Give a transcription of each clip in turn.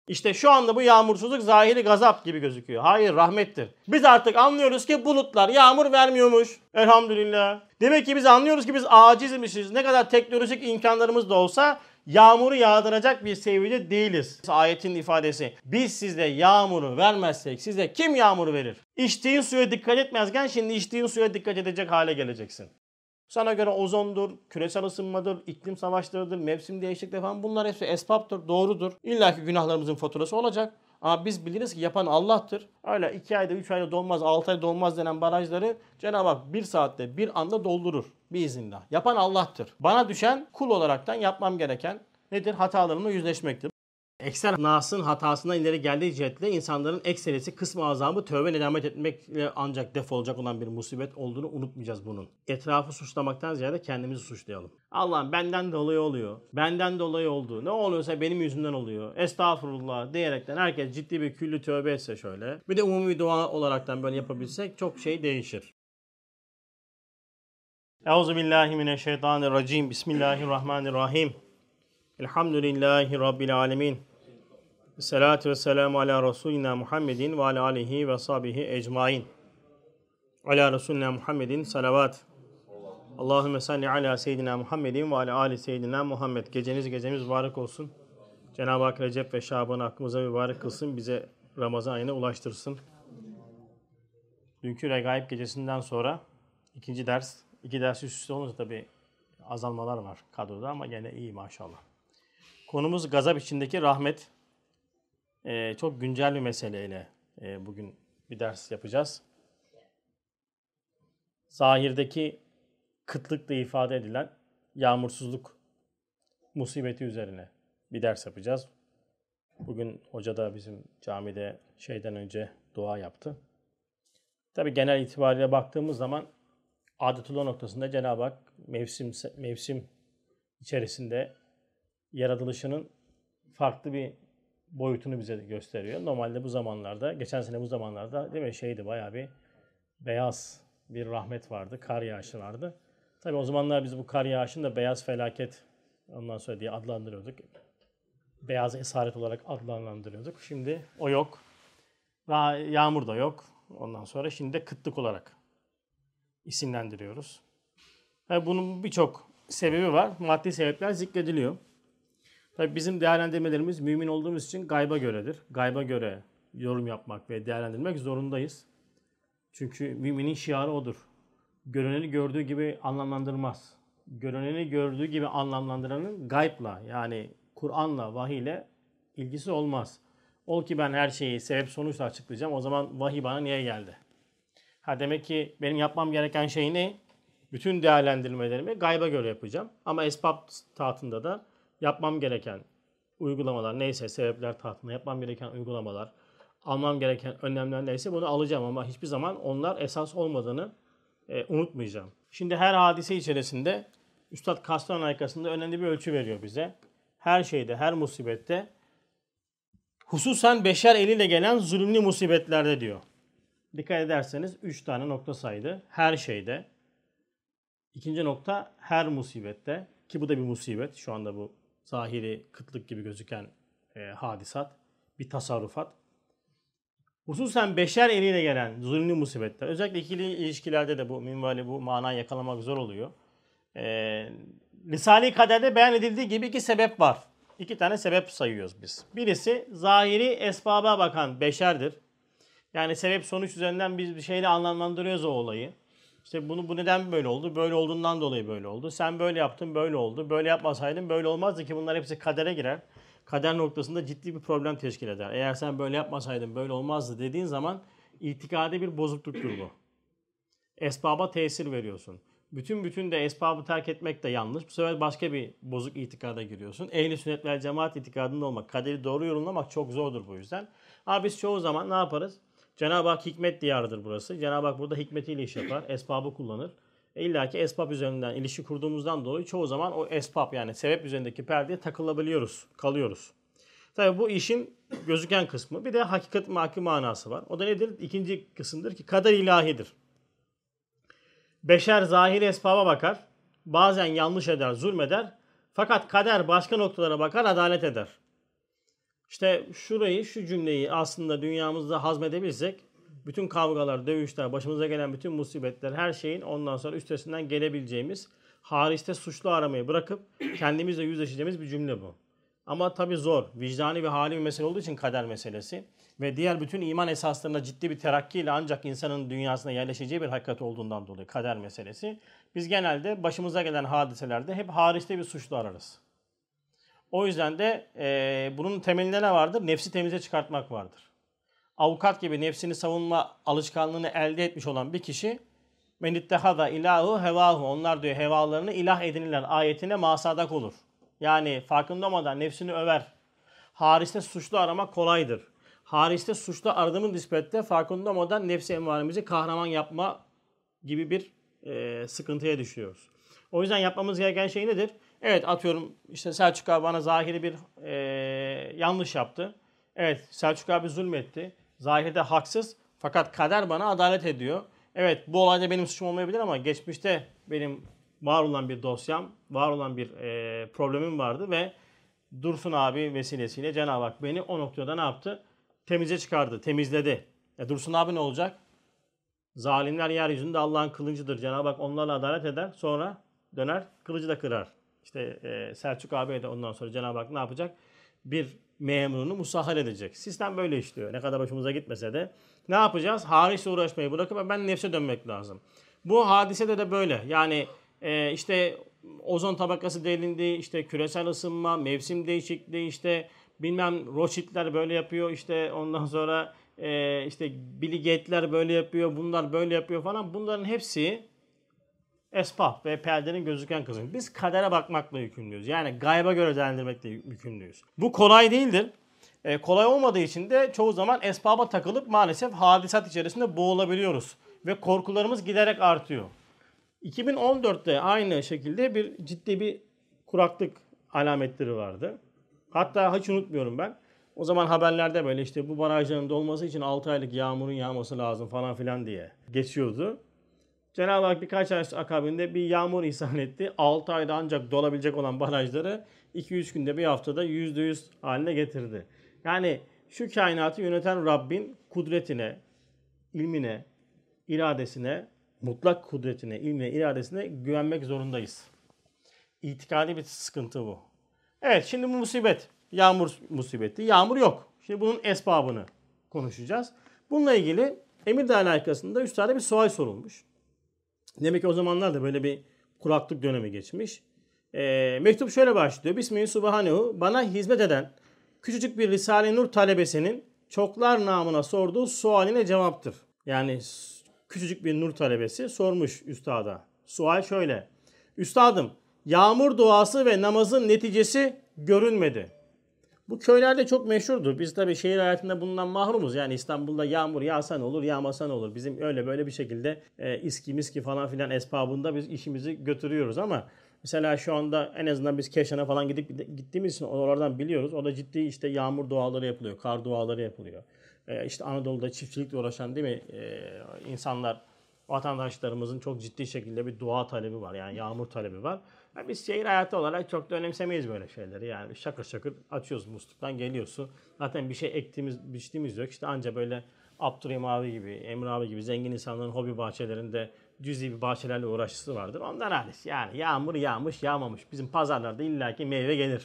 İşte şu anda bu yağmursuzluk zahiri gazap gibi gözüküyor. Hayır, rahmettir. Biz artık anlıyoruz ki bulutlar yağmur vermiyormuş. Elhamdülillah. Demek ki biz anlıyoruz ki biz acizmişiz. Ne kadar teknolojik imkanlarımız da olsa yağmuru yağdıracak bir seviyede değiliz. Ayetin ifadesi. Biz size yağmuru vermezsek size kim yağmuru verir? İçtiğin suya dikkat etmezken şimdi içtiğin suya dikkat edecek hale geleceksin. Sana göre ozondur, küresel ısınmadır, iklim savaşlarıdır, mevsim değişikliği falan bunlar hepsi esbaptır, doğrudur. İlla ki günahlarımızın faturası olacak. Ama biz biliriz ki yapan Allah'tır. Öyle 2 ayda, 3 ayda dolmaz, 6 ayda dolmaz denen barajları Cenab-ı Hak 1 saatte, bir anda doldurur biiznillah. Yapan Allah'tır. Bana düşen kul olaraktan yapmam gereken nedir? Hatalarımla yüzleşmektir. Ekser Nas'ın hatasından ileri geldiği cihetle insanların ekserisi kısmı azamı tövbe nedamet etmekle ancak def olacak olan bir musibet olduğunu unutmayacağız bunun. Etrafı suçlamaktan ziyade kendimizi suçlayalım. Allah'ım benden dolayı oluyor. Benden dolayı oldu. Ne oluyorsa benim yüzümden oluyor. Estağfurullah diyerekten herkes ciddi bir küllü tövbe etse şöyle. Bir de umumi dua olaraktan böyle yapabilsek çok şey değişir. Euzubillahimineşşeytanirracim. Bismillahirrahmanirrahim. Elhamdülillahi Rabbil alemin. Esselatu vesselamu ala Resulina Muhammedin ve ala alihi ve sahbihi ecmain. Ala Resulina Muhammedin salavat. Allahümme salli ala seyyidina Muhammedin ve ala ali seyyidina Muhammed. Gecemiz mübarek olsun. Cenab-ı Hak Recep ve Şaban'ı hakkımıza mübarek kılsın. Bize Ramazan ayına ulaştırsın. Dünkü Regaib gecesinden sonra ikinci ders. 2 ders üst üste olunca tabi azalmalar var kadroda ama gene iyi maşallah. Konumuz gazap içindeki rahmet. Çok güncel bir meseleyle bugün bir ders yapacağız. Zahirdeki kıtlıkla ifade edilen yağmursuzluk musibeti üzerine bir ders yapacağız. Bugün hoca da bizim camide şeyden önce dua yaptı. Tabii genel itibariyle baktığımız zaman adetullah noktasında Cenab-ı Hak mevsim içerisinde yaratılışının farklı bir boyutunu bize gösteriyor. Normalde bu zamanlarda, geçen sene bu zamanlarda değil mi şeydi bayağı bir beyaz bir rahmet vardı, kar yağışı vardı. Tabii o zamanlar biz bu kar yağışını da beyaz felaket ondan sonra diye adlandırıyorduk. Beyaz esaret olarak adlandırıyorduk. Şimdi o yok. Yağmur da yok. Ondan sonra şimdi de kıtlık olarak isimlendiriyoruz. Tabii bunun birçok sebebi var. Maddi sebepler zikrediliyor. Tabii bizim değerlendirmelerimiz mümin olduğumuz için gayba göredir. Gayba göre yorum yapmak ve değerlendirmek zorundayız. Çünkü müminin şiarı odur. Görüneni gördüğü gibi anlamlandırmaz. Görüneni gördüğü gibi anlamlandıranın gaybla yani Kur'an'la, vahiyle ilgisi olmaz. Ol ki ben her şeyi sebep sonuçla açıklayacağım. O zaman vahiy bana niye geldi? Demek ki benim yapmam gereken şey ne? Bütün değerlendirmelerimi gayba göre yapacağım. Ama esbab tahtında da yapmam gereken uygulamalar neyse, sebepler tahtında yapmam gereken uygulamalar, almam gereken önlemler neyse bunu alacağım ama hiçbir zaman onlar esas olmadığını unutmayacağım. Şimdi her hadise içerisinde Üstad Kastan Aykası'nda önemli bir ölçü veriyor bize. Her şeyde, her musibette, hususen beşer eliyle gelen zulümlü musibetlerde diyor. Dikkat ederseniz 3 tane nokta saydı. Her şeyde. İkinci nokta her musibette. Ki bu da bir musibet. Şu anda bu zahiri kıtlık gibi gözüken hadisat. Bir tasarrufat. Hususen beşer eliyle gelen zulümlü musibetler. Özellikle ikili ilişkilerde de bu minvali bu manayı yakalamak zor oluyor. Risale-i Kader'de beyan edildiği gibi 2 sebep var. 2 tane sebep sayıyoruz biz. Birisi zahiri esbaba bakan beşerdir. Yani sebep sonuç üzerinden biz bir şeyle anlamlandırıyoruz o olayı. İşte bu neden böyle oldu? Böyle olduğundan dolayı böyle oldu. Sen böyle yaptın böyle oldu. Böyle yapmasaydın böyle olmazdı ki bunlar hepsi kadere girer. Kader noktasında ciddi bir problem teşkil eder. Eğer sen böyle yapmasaydın böyle olmazdı dediğin zaman itikadi bir bozukluktur bu. Esbaba tesir veriyorsun. Bütün de esbabı terk etmek de yanlış. Bu sefer başka bir bozuk itikada giriyorsun. Ehl-i sünnet vel cemaat itikadında olmak, kaderi doğru yorumlamak çok zordur bu yüzden. Ama biz çoğu zaman ne yaparız? Cenab-ı Hak hikmet diyarıdır burası. Cenab-ı Hak burada hikmetiyle iş yapar. Esbabı kullanır. İlla ki esbab üzerinden ilişki kurduğumuzdan dolayı çoğu zaman o esbab yani sebep üzerindeki perdeye takılabiliyoruz, kalıyoruz. Tabii bu işin gözüken kısmı. Bir de hakikat maki manası var. O da nedir? İkinci kısımdır ki kader ilahidir. Beşer zahir esbaba bakar. Bazen yanlış eder, zulmeder. Fakat kader başka noktalara bakar, adalet eder. İşte şu cümleyi aslında dünyamızda hazmedebilsek, bütün kavgalar, dövüşler, başımıza gelen bütün musibetler, her şeyin ondan sonra üstesinden gelebileceğimiz, hariçte suçlu aramayı bırakıp kendimizle yüzleşeceğimiz bir cümle bu. Ama tabii zor, vicdani ve hali bir mesele olduğu için kader meselesi ve diğer bütün iman esaslarına ciddi bir terakkiyle ancak insanın dünyasına yerleşeceği bir hakikat olduğundan dolayı kader meselesi. Biz genelde başımıza gelen hadiselerde hep hariçte bir suçlu ararız. O yüzden de bunun temelinde ne vardır? Nefsi temize çıkartmak vardır. Avukat gibi nefsini savunma alışkanlığını elde etmiş olan bir kişi men ittehada ilahu hevahu, onlar diyor hevalarını ilah edinirler ayetine masadak olur. Yani farkında olmadan nefsini över. Hariçte suçlu aramak kolaydır. Hariçte suçlu aradığımız nispette farkında olmadan nefsi emmaremizi kahraman yapma gibi bir sıkıntıya düşüyoruz. O yüzden yapmamız gereken şey nedir? Evet, atıyorum işte Selçuk abi bana zahiri bir yanlış yaptı. Evet, Selçuk abi zulmetti. Zahirde haksız fakat kader bana adalet ediyor. Evet, bu olayda benim suçum olmayabilir ama geçmişte benim var olan bir dosyam, var olan bir problemim vardı ve Dursun abi vesilesiyle Cenab-ı Hak beni o noktada ne yaptı? Temize çıkardı, temizledi. Dursun abi ne olacak? Zalimler yeryüzünde Allah'ın kılıncıdır. Cenab-ı Hak onlarla adalet eder. Sonra döner kılıcı da kırar. İşte Selçuk abiye de ondan sonra Cenab-ı Hak ne yapacak? Bir memurunu musahhar edecek. Sistem böyle işliyor. Ne kadar başımıza gitmese de. Ne yapacağız? Hariçle uğraşmayı bırakıp ben nefse dönmek lazım. Bu hadisede de böyle. Yani işte ozon tabakası delindi, işte küresel ısınma, mevsim değişikliği, işte bilmem Rothschild'ler böyle yapıyor, işte ondan sonra işte Bill Gates'ler böyle yapıyor, bunlar böyle yapıyor falan. Bunların hepsi esbab ve perdenin gözüken kısmı. Biz kadere bakmakla yükümlüyüz. Yani gayba göre değerlendirmekle yükümlüyüz. Bu kolay değildir. Kolay olmadığı için de çoğu zaman esbaba takılıp maalesef hadisat içerisinde boğulabiliyoruz. Ve korkularımız giderek artıyor. 2014'te aynı şekilde ciddi bir kuraklık alametleri vardı. Hatta hiç unutmuyorum ben. O zaman haberlerde böyle işte bu barajların dolması için 6 aylık yağmurun yağması lazım falan filan diye geçiyordu. Cenab-ı Hak birkaç ay akabinde bir yağmur ihsan etti. 6 ayda ancak dolabilecek olan barajları 2-3 günde, bir haftada %100 haline getirdi. Yani şu kainatı yöneten Rabbin kudretine, ilmine, iradesine, mutlak kudretine, ilmine, iradesine güvenmek zorundayız. İtikadi bir sıkıntı bu. Evet, şimdi bu musibet. Yağmur musibeti. Yağmur yok. Şimdi bunun esbabını konuşacağız. Bununla ilgili Emirdağ alakasında 3 tane bir sual sorulmuş. Demek ki o zamanlar da böyle bir kuraklık dönemi geçmiş. Mektup şöyle başlıyor. Bismihi Subhanehu, bana hizmet eden küçücük bir Risale-i Nur talebesinin çoklar namına sorduğu sualine cevaptır. Yani küçücük bir nur talebesi sormuş üstada. Sual şöyle. Üstadım, yağmur duası ve namazın neticesi görünmedi. Bu köylerde çok meşhurdur. Biz tabii şehir hayatında bundan mahrumuz. Yani İstanbul'da yağmur yağsa ne olur, yağmasa ne olur. Bizim öyle böyle bir şekilde iski miski falan filan esbabında biz işimizi götürüyoruz ama mesela şu anda en azından biz Keşan'a falan gittiğimiz için oralardan biliyoruz. Orada ciddi işte yağmur duaları yapılıyor, kar duaları yapılıyor. İşte Anadolu'da çiftçilikle uğraşan değil mi insanlar, vatandaşlarımızın çok ciddi şekilde bir dua talebi var. Yani yağmur talebi var. Yani biz şehir hayatı olarak çok da önemsemeyiz böyle şeyleri. Yani şakır şakır açıyoruz musluktan geliyor su. Zaten bir şey ektiğimiz, biçtiğimiz yok. İşte anca böyle Abdurrahim abi gibi, Emre abi gibi zengin insanların hobi bahçelerinde cüzi bir bahçelerle uğraşısı vardır. Ondan hariç yani yağmur yağmış, yağmamış. Bizim pazarlarda illaki meyve gelir.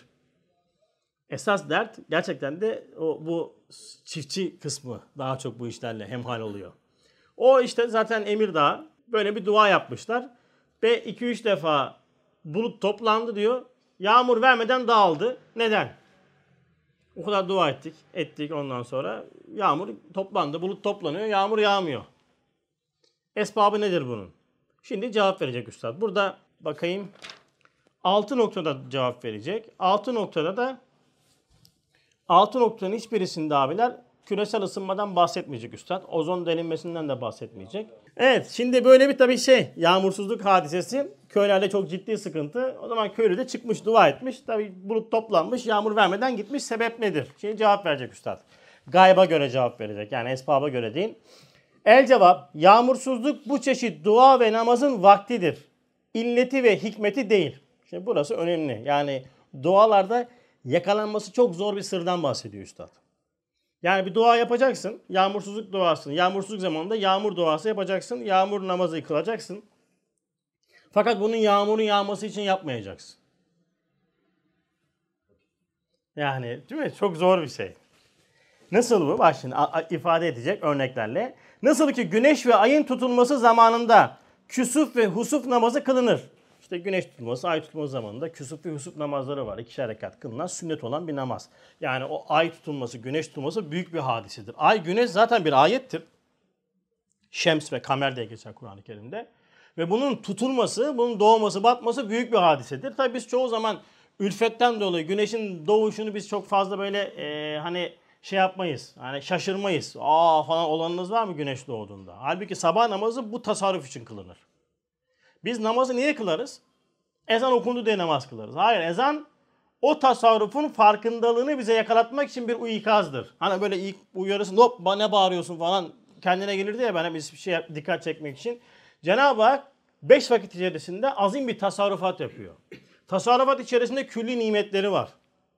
Esas dert gerçekten de bu çiftçi kısmı daha çok bu işlerle hemhal oluyor. O işte zaten Emirdağ böyle bir dua yapmışlar. Ve 2-3 defa bulut toplandı diyor. Yağmur vermeden dağıldı. Neden? O kadar dua ettik ondan sonra. Yağmur toplandı, bulut toplanıyor, yağmur yağmıyor. Esbabı nedir bunun? Şimdi cevap verecek üstad. Burada bakayım 6 noktada cevap verecek. 6 noktada da 6 noktanın hiçbirisinde abiler küresel ısınmadan bahsetmeyecek üstad. Ozon delinmesinden de bahsetmeyecek. Evet, şimdi böyle bir tabii yağmursuzluk hadisesi köylerde çok ciddi sıkıntı. O zaman köylü de çıkmış, dua etmiş. Tabii bulut toplanmış, yağmur vermeden gitmiş. Sebep nedir? Şimdi cevap verecek üstad. Gayba göre cevap verecek. Yani esbaba göre değil. El cevap, yağmursuzluk bu çeşit dua ve namazın vaktidir. İlleti ve hikmeti değil. Şimdi burası önemli. Yani dualarda yakalanması çok zor bir sırdan bahsediyor üstad. Yani bir dua yapacaksın. Yağmursuzluk duasını. Yağmursuzluk zamanında yağmur duası yapacaksın. Yağmur namazı kılacaksın. Fakat bunun yağmurun yağması için yapmayacaksın. Yani değil mi? Çok zor bir şey. Nasıl bu? Bak şimdi ifade edecek örneklerle. Nasıl ki güneş ve ayın tutulması zamanında küsuf ve husuf namazı kılınır. İşte güneş tutulması, ay tutulması zamanında küsuf ve husuf namazları var. 2'şer rekat kılınan sünnet olan bir namaz. Yani o ay tutulması, güneş tutulması büyük bir hadisedir. Ay, güneş zaten bir ayettir. Şems ve kamer diye geçer Kur'an-ı Kerim'de. Ve bunun tutulması, bunun doğması, batması büyük bir hadisedir. Tabii biz çoğu zaman ülfetten dolayı güneşin doğuşunu biz çok fazla böyle hani şey yapmayız. Hani şaşırmayız. Aa falan olanınız var mı güneş doğduğunda? Halbuki sabah namazı bu tasarruf için kılınır. Biz namazı niye kılarız? Ezan okundu diye namaz kılarız. Hayır, ezan o tasarrufun farkındalığını bize yakalatmak için bir ikazdır. Hani böyle ilk uyarısın, hop ne bağırıyorsun falan kendine gelirdi ya, ben bir şey dikkat çekmek için. Cenab-ı Hak 5 vakit içerisinde azim bir tasarrufat yapıyor. Tasarrufat içerisinde külli nimetleri var.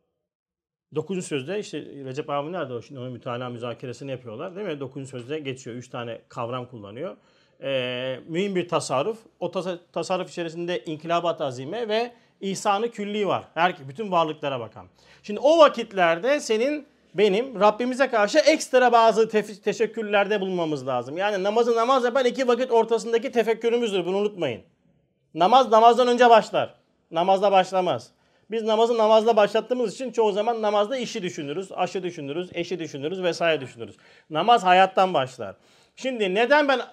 9. sözde işte Recep abi nerede o şimdi, onun mütalaa müzakeresini yapıyorlar değil mi? 9. sözde geçiyor. 3 tane kavram kullanıyor. Mühim bir tasarruf. O tasarruf içerisinde inkılabat azime ve ihsanı külli var. Bütün varlıklara bakan. Şimdi o vakitlerde senin, benim Rabbimize karşı ekstra bazı teşekkürlerde bulunmamız lazım. Yani namazı namaz yapan 2 vakit ortasındaki tefekkürümüzdür. Bunu unutmayın. Namaz namazdan önce başlar. Namazda başlamaz. Biz namazı namazla başlattığımız için çoğu zaman namazda işi düşünürüz, aşı düşünürüz, eşi düşünürüz vesaire düşünürüz. Namaz hayattan başlar. Şimdi neden ben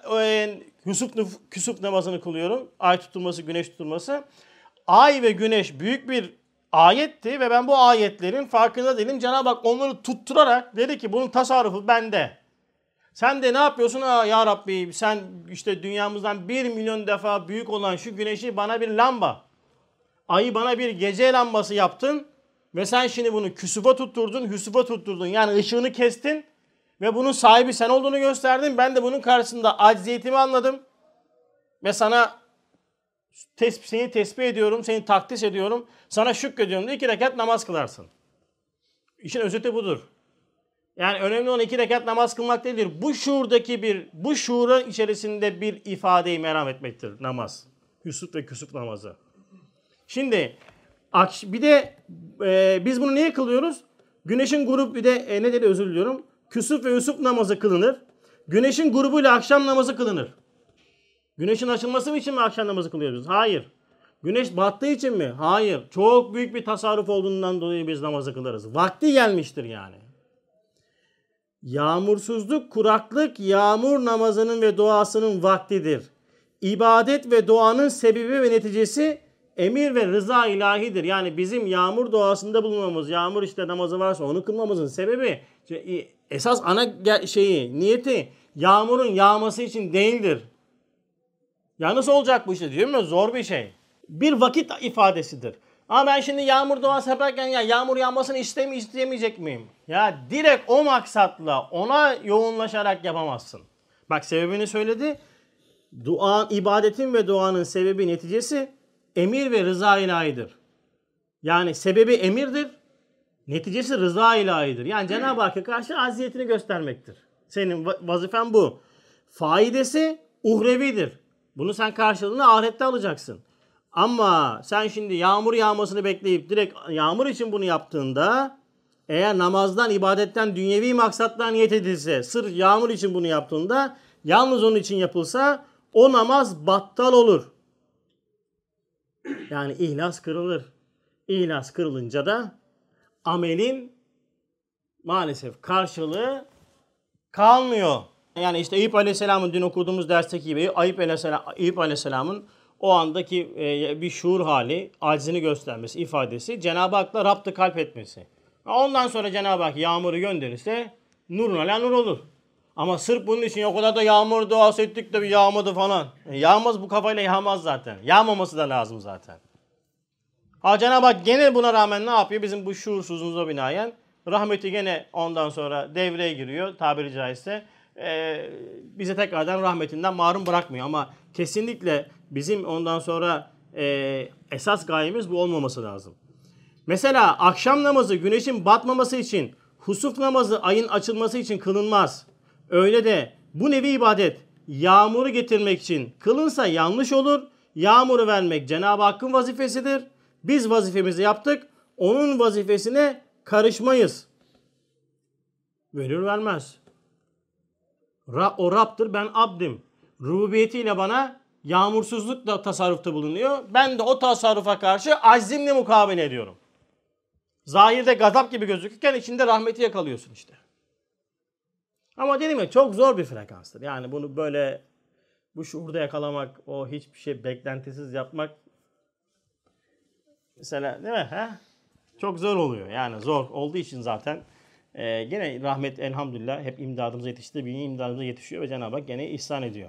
küsuf namazını kılıyorum? Ay tutulması, güneş tutulması. Ay ve güneş büyük bir ayetti ve ben bu ayetlerin farkında değilim. Cenab-ı Hak onları tutturarak dedi ki bunun tasarrufu bende. Sen de ne yapıyorsun? Ya Rabbi, sen işte dünyamızdan 1 milyon defa büyük olan şu güneşi bana bir lamba, ayı bana bir gece lambası yaptın ve sen şimdi bunu küsufa tutturdun, hüsufa tutturdun. Yani ışığını kestin ve bunun sahibi sen olduğunu gösterdin. Ben de bunun karşısında acziyetimi anladım ve sana seni tesbih ediyorum, seni takdis ediyorum, sana şükrediyorum diye 2 rekat namaz kılarsın. İşin özeti budur. Yani önemli olan 2 rekat namaz kılmak değildir. Bu şuurun içerisinde bir ifadeyi meram etmektir namaz. Hüsuf ve küsuf namazı. Şimdi bir de biz bunu niye kılıyoruz? Güneşin grubu bir de ne dedi, özür diliyorum. Küsuf ve hüsuf namazı kılınır. Güneşin grubuyla akşam namazı kılınır. Güneşin açılması için mi akşam namazı kılıyoruz? Hayır. Güneş battığı için mi? Hayır. Çok büyük bir tasarruf olduğundan dolayı biz namazı kılarız. Vakti gelmiştir yani. Yağmursuzluk, kuraklık, yağmur namazının ve duasının vaktidir. İbadet ve duanın sebebi ve neticesi emir ve rıza ilahidir. Yani bizim yağmur duasında bulunmamız, yağmur işte namazı varsa onu kılmamızın sebebi, esas ana niyeti yağmurun yağması için değildir. Ya nasıl olacak bu işte, diyor mu? Zor bir şey. Bir vakit ifadesidir. Ama ben şimdi yağmur duası yaparken ya yağmur yağmasını isteyemeyecek miyim? Ya direkt o maksatla ona yoğunlaşarak yapamazsın. Bak sebebini söyledi. İbadetin ve duanın sebebi neticesi emir ve rıza ilahidir. Yani sebebi emirdir, neticesi rıza ilahidir. Yani Cenab-ı Hakk'a karşı aziyetini göstermektir. Senin vazifen bu. Faidesi uhrevidir. Bunu sen karşılığını ahirette alacaksın. Ama sen şimdi yağmur yağmasını bekleyip direkt yağmur için bunu yaptığında, eğer namazdan, ibadetten, dünyevi maksatlar niyet edilse, sırf yağmur için bunu yaptığında, yalnız onun için yapılsa o namaz battal olur. Yani ihlas kırılır. İhlas kırılınca da amelin maalesef karşılığı kalmıyor. Yani işte Eyüp Aleyhisselam'ın dün okuduğumuz dersteki gibi Eyüp Aleyhisselam'ın o andaki bir şuur hali, aczini göstermesi, ifadesi, Cenab-ı Hak'la raptı kalp etmesi. Ondan sonra Cenab-ı Hak yağmuru gönderirse nurun ala nur olur. Ama sırf bunun için o kadar da yağmur duası ettik de bir yağmadı falan. Yağmaz, bu kafayla yağmaz zaten. Yağmaması da lazım zaten. Cenab-ı Hak gene buna rağmen ne yapıyor? Bizim bu şuursuzluğumuza binaen rahmeti gene ondan sonra devreye giriyor tabiri caizse. Bize tekrardan rahmetinden mahrum bırakmıyor. Ama kesinlikle bizim ondan sonra esas gayemiz bu olmaması lazım. Mesela akşam namazı güneşin batmaması için, husuf namazı ayın açılması için kılınmaz. Öyle de bu nevi ibadet yağmuru getirmek için kılınsa yanlış olur. Yağmuru vermek Cenab-ı Hakk'ın vazifesidir. Biz vazifemizi yaptık. Onun vazifesine karışmayız. Verir vermez. O Rab'dır, ben abdim. Rububiyetiyle bana yağmursuzlukla tasarrufta bulunuyor. Ben de o tasarrufa karşı azimle mukabele ediyorum. Zahirde gazap gibi gözükürken içinde rahmeti yakalıyorsun işte. Ama dedim ya, çok zor bir frekanstır. Yani bunu böyle bu şuurda yakalamak, o hiçbir şey beklentisiz yapmak mesela, değil mi? He? Çok zor oluyor. Yani zor olduğu için zaten gene rahmet elhamdülillah hep imdadımıza yetişti. Bir imdadımıza yetişiyor ve Cenab-ı Hak gene ihsan ediyor.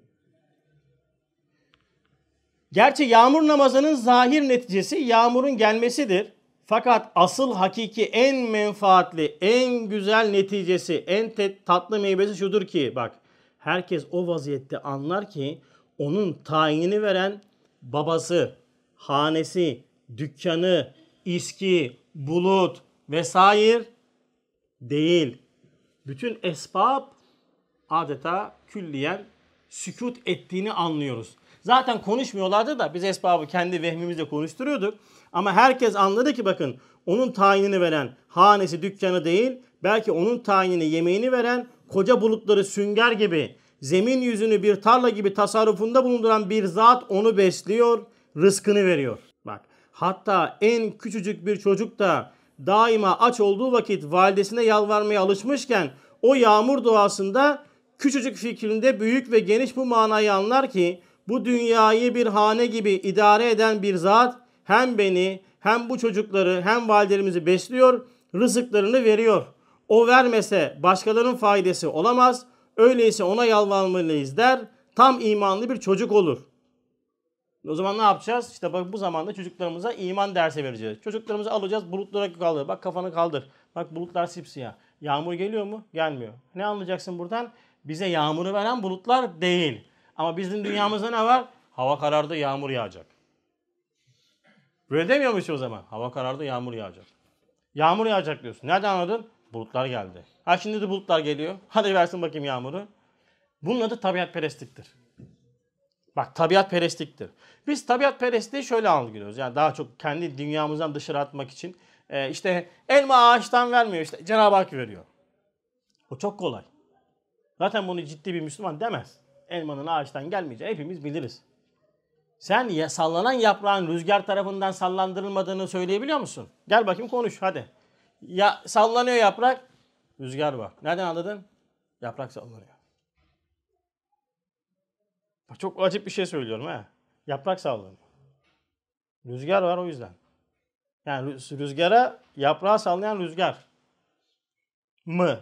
Gerçi yağmur namazının zahir neticesi yağmurun gelmesidir. Fakat asıl hakiki en menfaatli, en güzel neticesi, en tatlı meyvesi şudur ki bak, herkes o vaziyette anlar ki onun tayinini veren babası, hanesi, dükkanı, iski, bulut vesaire değil. Bütün esbab adeta külliyen sükut ettiğini anlıyoruz. Zaten konuşmuyorlardı da biz esbabı kendi vehmimizle konuşturuyorduk. Ama herkes anladı ki bakın, onun tayinini veren hanesi, dükkanı değil, belki onun tayinini, yemeğini veren, koca bulutları sünger gibi, zemin yüzünü bir tarla gibi tasarrufunda bulunduran bir zat onu besliyor, rızkını veriyor. Bak, hatta en küçücük bir çocuk da daima aç olduğu vakit validesine yalvarmaya alışmışken o yağmur duasında küçücük fikrinde büyük ve geniş bu manayı anlar ki bu dünyayı bir hane gibi idare eden bir zat hem beni hem bu çocukları hem validelerimizi besliyor, rızıklarını veriyor. O vermese başkalarının faydası olamaz. Öyleyse ona yalvarmalıyız der. Tam imanlı bir çocuk olur. O zaman ne yapacağız? İşte bak, bu zamanda çocuklarımıza iman dersi vereceğiz. Çocuklarımızı alacağız, bulutlara kaldır. Bak, kafanı kaldır. Bak, bulutlar sipsiyah. Yağmur geliyor mu? Gelmiyor. Ne anlayacaksın buradan? Bize yağmuru veren bulutlar değil. Ama bizim dünyamızda ne var? Hava karardı, yağmur yağacak. Böyle demiyormuş o zaman. Hava karardı, yağmur yağacak. Yağmur yağacak diyorsun. Nereden anladın? Bulutlar geldi. Ha, şimdi de bulutlar geliyor. Hadi versin bakayım yağmuru. Bunun adı tabiatperestliktir. Bak, tabiatperestliktir. Biz tabiatperestliği şöyle algılıyoruz. Yani daha çok kendi dünyamızdan dışarı atmak için. İşte elma ağaçtan vermiyor, işte Cenab-ı Hak veriyor. O çok kolay. Zaten bunu ciddi bir Müslüman demez. Elmanın ağaçtan gelmeyeceğini hepimiz biliriz. Sen sallanan yaprağın rüzgar tarafından sallandırılmadığını söyleyebiliyor musun? Gel bakayım, konuş hadi. Ya sallanıyor yaprak, rüzgar var. Nereden anladın? Yaprak sallanıyor. Bak, çok acayip bir şey söylüyorum ha. Yaprak sallanıyor. Rüzgar var o yüzden. Yani rüzgara, yaprağı sallayan rüzgar mı?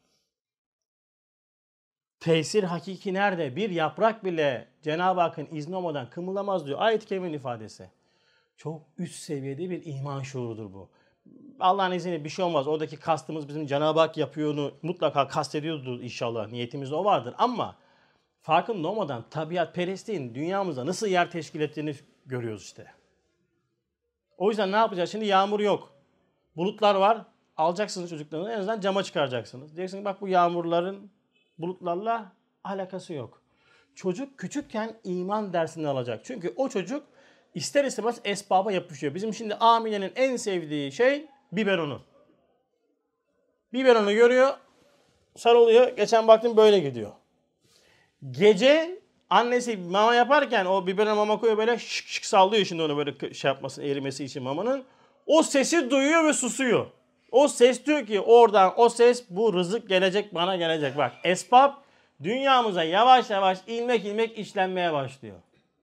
Tesir hakiki nerede? Bir yaprak bile Cenab-ı Hakk'ın izni olmadan kımıldamaz diyor. Ayet-i Kerime'nin ifadesi. Çok üst seviyede bir iman şuurudur bu. Allah'ın izniyle bir şey olmaz. Oradaki kastımız bizim Cenab-ı Hak yapıyorunu mutlaka kastediyordur inşallah. Niyetimizde o vardır. Ama farkında olmadan tabiatperestliğin dünyamızda nasıl yer teşkil ettiğini görüyoruz işte. O yüzden ne yapacağız? Şimdi yağmur yok. Bulutlar var. Alacaksınız çocuklarını, en azından cama çıkaracaksınız. Diyeceksiniz bak, bu yağmurların bulutlarla alakası yok. Çocuk küçükken iman dersini alacak. Çünkü o çocuk ister istemez esbaba yapışıyor. Bizim şimdi Amine'nin en sevdiği şey biberonu. Biberonu görüyor, sarılıyor. Geçen baktım böyle gidiyor. Gece annesi mama yaparken o biberona mama koyuyor, böyle şık şık sallıyor şimdi onu, böyle şey yapmasın, erimesi için mamanın. O sesi duyuyor ve susuyor. O ses diyor ki oradan, o ses, bu rızık gelecek, bana gelecek. Bak, esbab dünyamıza yavaş yavaş ilmek ilmek işlenmeye başlıyor.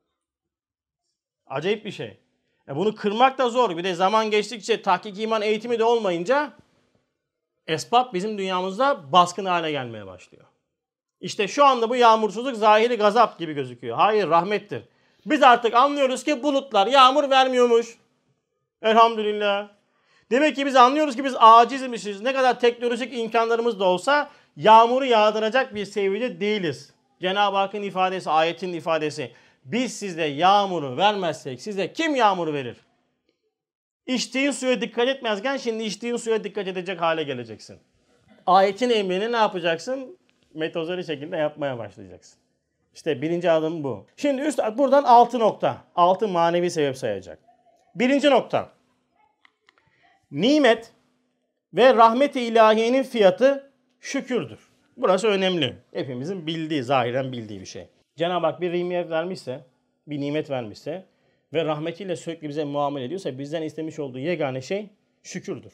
Acayip bir şey. Bunu kırmak da zor. Bir de zaman geçtikçe tahkik iman eğitimi de olmayınca esbab bizim dünyamızda baskın hale gelmeye başlıyor. İşte şu anda bu yağmursuzluk zahiri gazap gibi gözüküyor. Hayır, rahmettir. Biz artık anlıyoruz ki bulutlar yağmur vermiyormuş. Elhamdülillah. Demek ki biz anlıyoruz ki biz acizmişiz. Ne kadar teknolojik imkanlarımız da olsa yağmuru yağdıracak bir seviyede değiliz. Cenab-ı Hakk'ın ifadesi, ayetin ifadesi. Biz size yağmuru vermezsek size kim yağmuru verir? İçtiğin suya dikkat etmezken şimdi içtiğin suya dikkat edecek hale geleceksin. Ayetin emrini ne yapacaksın? Metozori şekilde yapmaya başlayacaksın. İşte birinci adım bu. Şimdi üstad buradan 6 nokta. 6 manevi sebep sayacak. Birinci nokta. Nimet ve rahmet-i ilahiyenin fiyatı şükürdür. Burası önemli. Hepimizin bildiği, zahiren bildiği bir şey. Cenab-ı Hak bir nimet vermişse, bir nimet vermişse ve rahmetiyle sürekli bize muamele ediyorsa bizden istemiş olduğu yegane şey şükürdür.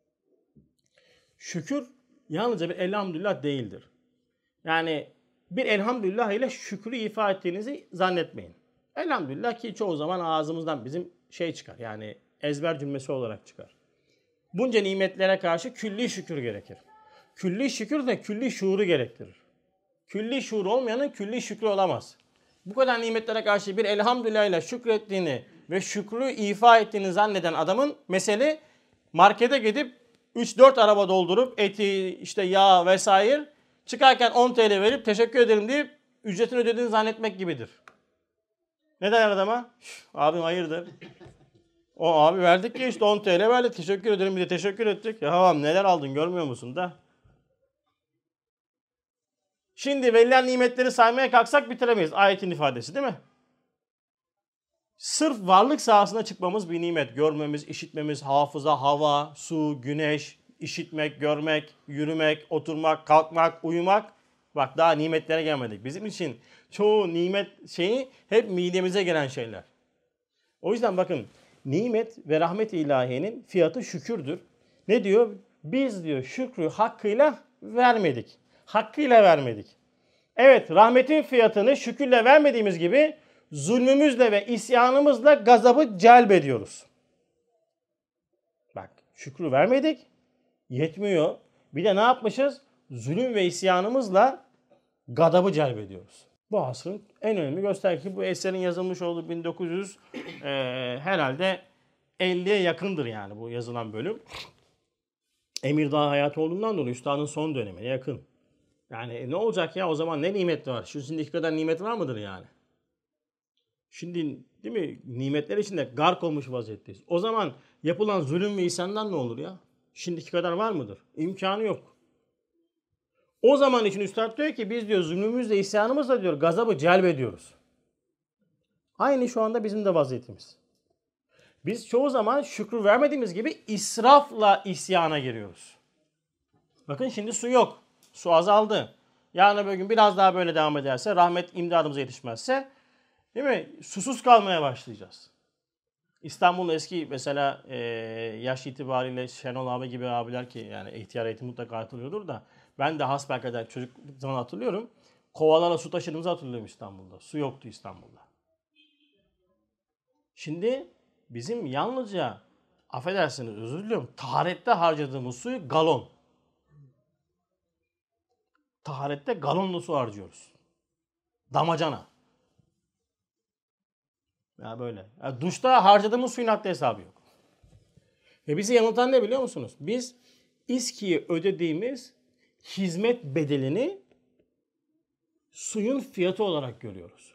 Şükür yalnızca bir elhamdülillah değildir. Yani bir elhamdülillah ile şükrü ifa ettiğinizi zannetmeyin. Elhamdülillah ki çoğu zaman ağzımızdan bizim şey çıkar. Yani ezber cümlesi olarak çıkar. Bunca nimetlere karşı külli şükür gerekir. Külli şükür de külli şuuru gerektirir. Külli şuur olmayanın külli şükrü olamaz. Bu kadar nimetlere karşı bir elhamdülillah ile şükrettiğini ve şükrü ifa ettiğini zanneden adamın mesele markete gidip 3-4 araba doldurup eti, işte yağ vesaire çıkarken 10 TL verip teşekkür ederim deyip ücretini ödediğini zannetmek gibidir. Ne der adama? Abim hayırdır? O abi verdik ya işte 10 TL verdik teşekkür ederim bir de teşekkür ettik. Ya tamam neler aldın görmüyor musun da? Şimdi verilen nimetleri saymaya kalksak bitiremeyiz. Ayetin ifadesi değil mi? Sırf varlık sahasına çıkmamız bir nimet. Görmemiz, işitmemiz, hafıza, hava, su, güneş, işitmek, görmek, yürümek, oturmak, kalkmak, uyumak. Bak daha nimetlere gelmedik. Bizim için çoğu nimet şeyi hep midemize gelen şeyler. O yüzden bakın nimet ve rahmet-i ilahiyenin fiyatı şükürdür. Ne diyor? Biz diyor şükrü hakkıyla vermedik. Hakkıyla vermedik. Evet rahmetin fiyatını şükürle vermediğimiz gibi zulmümüzle ve isyanımızla gazabı celbediyoruz. Bak şükrü vermedik. Yetmiyor. Bir de ne yapmışız? Zulüm ve isyanımızla gadabı celbediyoruz. Bu asrın en önemli göstergesi. Bu eserin yazılmış olduğu 1900 herhalde 50'ye yakındır yani bu yazılan bölüm. Emirdağ hayatı olduğundan dolayı üstadın son dönemine yakın. Yani ne olacak ya o zaman ne nimet var? Şu şimdiki kadar nimet var mıdır yani? Şimdi değil mi nimetler içinde gark olmuş vaziyetteyiz. O zaman yapılan zulüm ve isyandan ne olur ya? Şimdiki kadar var mıdır? İmkanı yok. O zaman için üstad diyor ki biz diyor zulmümüzle isyanımızla diyor gazabı celbediyoruz. Aynı şu anda bizim de vaziyetimiz. Biz çoğu zaman şükrü vermediğimiz gibi israfla isyana giriyoruz. Bakın şimdi su yok. Su azaldı. Yarın öbür gün biraz daha böyle devam ederse, rahmet imdadımıza yetişmezse değil mi? Susuz kalmaya başlayacağız. İstanbul'un eski mesela yaş itibariyle Şenol abi gibi abiler ki yani ihtiyar eğitim mutlaka hatırlıyordur da ben de hasbelkader çocuk zaman hatırlıyorum. Kovalarla su taşıdığımızı hatırlıyorum İstanbul'da. Su yoktu İstanbul'da. Şimdi bizim yalnızca affedersiniz özür diliyorum taharette harcadığımız suyu galon. Taharette galonla su harcıyoruz. Damacana. Ya böyle. Ya duşta harcadığımız suyun haddi hesabı yok. Ve bizi yanıltan ne biliyor musunuz? Biz İSKİ'ye ödediğimiz hizmet bedelini suyun fiyatı olarak görüyoruz.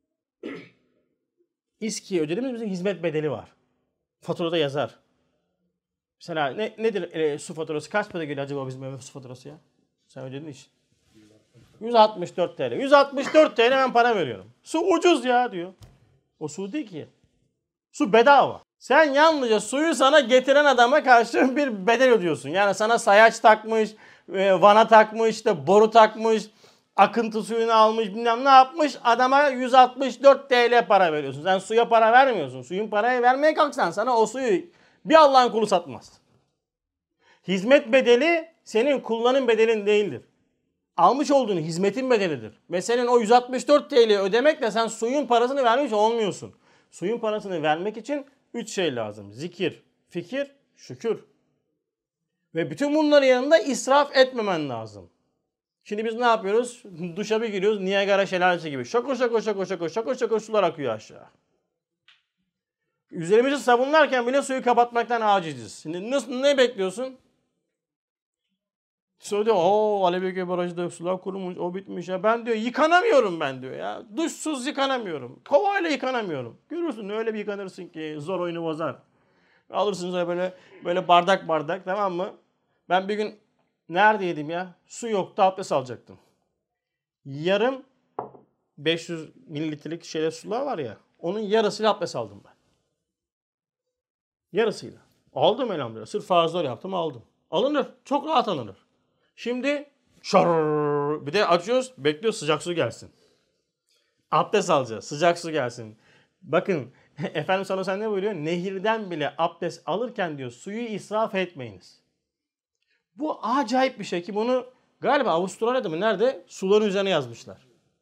İSKİ'ye ödediğimiz bizim hizmet bedeli var. Faturada yazar. Mesela nedir su faturası? Kaç para geliyor acaba bizim eve su faturası ya? Sen ödedin hiç. 164 TL. 164 TL ben para veriyorum. Su ucuz ya diyor. O su değil ki. Su bedava. Sen yalnızca suyu sana getiren adama karşı bir bedel ödüyorsun. Yani sana sayaç takmış, vana takmış, işte boru takmış, akıntı suyunu almış, bilmem ne yapmış. Adama 164 TL para veriyorsun. Sen suya para vermiyorsun. Suyun parayı vermeye kalksan sana o suyu bir Allah'ın kulu satmaz. Hizmet bedeli senin kullanım bedelin değildir. Almış olduğun hizmetin bedelidir. Ve senin o 164 TL ödemekle sen suyun parasını vermiş olmuyorsun. Suyun parasını vermek için 3 şey lazım. Zikir, fikir, şükür. Ve bütün bunların yanında israf etmemen lazım. Şimdi biz ne yapıyoruz? Duşa bir giriyoruz. Niagara şelalesi gibi. Şako şako şako şako şako şako sular akıyor aşağı. Üzerimizi sabunlarken bile suyu kapatmaktan aciziz. Şimdi ne bekliyorsun? Söylüyor Alebeyköy Barajı'da sular kurumuş, o bitmiş ya. Ben diyor yıkanamıyorum ben diyor ya. Duşsuz yıkanamıyorum. Kovayla yıkanamıyorum. Görürsün öyle bir yıkanırsın ki zor oyunu bozar. Alırsınız böyle bardak bardak, tamam mı? Ben bir gün neredeydim ya? Su yoktu, abdest alacaktım. Yarım 500 mililitrelik sular var ya. Onun yarısıyla abdest aldım ben. Yarısıyla. Aldım elhamdülillah. Sırf farzlar yaptım, aldım. Alınır. Çok rahat alınır. Şimdi bir de açıyoruz, bekliyoruz sıcak su gelsin. Abdest alacağız. Sıcak su gelsin. Bakın Efendimiz sallallahu aleyhi ve sellem ne buyuruyor? Nehirden bile abdest alırken diyor suyu israf etmeyiniz. Bu acayip bir şey ki bunu galiba Avustralya'da mı nerede suların üzerine yazmışlar.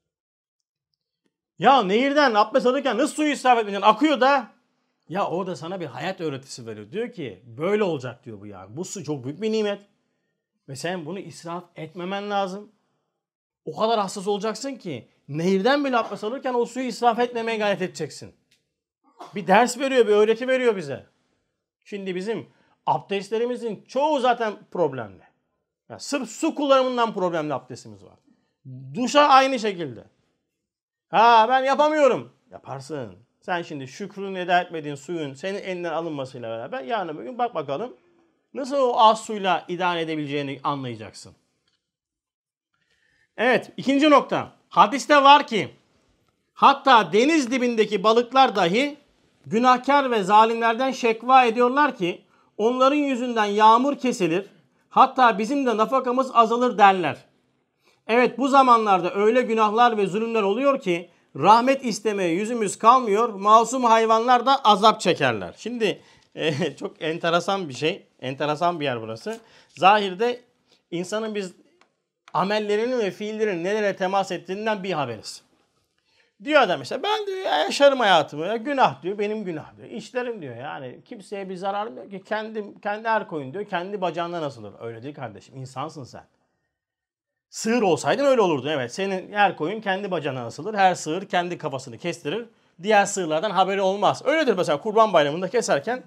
Ya nehirden abdest alırken nasıl suyu israf etmeyeceksin? Akıyor da. Ya o da sana bir hayat öğretisi veriyor. Diyor ki böyle olacak diyor bu yani. Bu su çok büyük bir nimet. Ve sen bunu israf etmemen lazım. O kadar hassas olacaksın ki nehirden bile abdest alırken o suyu israf etmemeye gayret edeceksin. Bir ders veriyor, bir öğreti veriyor bize. Şimdi bizim abdestlerimizin çoğu zaten problemli. Yani sırf su kullanımından problemli abdestimiz var. Duşa aynı şekilde. Ha ben yapamıyorum. Yaparsın. Sen şimdi şükrünü eda etmediğin suyun senin elinden alınmasıyla beraber yarın bir gün bak bakalım nasıl o az suyla idare edebileceğini anlayacaksın. Evet, ikinci nokta. Hadiste var ki hatta deniz dibindeki balıklar dahi günahkar ve zalimlerden şekva ediyorlar ki onların yüzünden yağmur kesilir. Hatta bizim de nafakamız azalır derler. Evet bu zamanlarda öyle günahlar ve zulümler oluyor ki rahmet istemeye yüzümüz kalmıyor. Masum hayvanlar da azap çekerler. Şimdi çok enteresan bir şey. Enteresan bir yer burası. Zahirde insanın biz amellerinin ve fiillerinin nelere temas ettiğinden bir haberiz. Diyor adam mesela ben diyor yaşarım hayatımı. Ya, günah diyor benim günah diyor. İşlerim diyor yani kimseye bir zararım yok ki kendi er koyun diyor. Kendi bacağından asılır. Öyle değil kardeşim insansın sen. Sığır olsaydın öyle olurdu evet. Senin her koyun kendi bacağına asılır. Her sığır kendi kafasını kestirir. Diğer sığırlardan haberi olmaz. Öyledir mesela Kurban Bayramı'nda keserken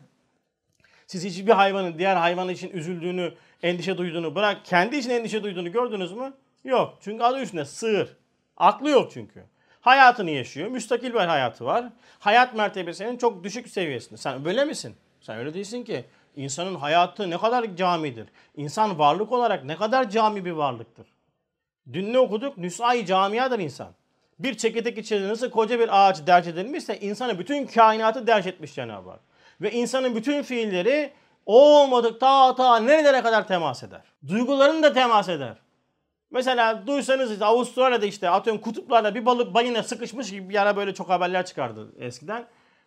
siz hiçbir hayvanın diğer hayvan için üzüldüğünü, endişe duyduğunu bırak kendi için endişe duyduğunu gördünüz mü? Yok. Çünkü adı üstünde sığır. Aklı yok çünkü. Hayatını yaşıyor. Müstakil bir hayatı var. Hayat mertebesinin çok düşük seviyesinde. Sen böyle misin? Sen öyle değilsin ki. İnsanın hayatı ne kadar camidir. İnsan varlık olarak ne kadar cami bir varlıktır. Dün ne okuduk? Nüsai camiadır insan. Bir çekirdek içerisinde nasıl koca bir ağaç derc edilmişse insanı bütün kainatı derc etmiş Cenab-ı Hak. Ve insanın bütün fiilleri o olmadık ta nerelere kadar temas eder. Duygularını da temas eder. Mesela duysanız işte Avustralya'da işte atıyorum kutuplarda bir balina sıkışmış gibi bir ara böyle çok haberler çıkardı eskiden.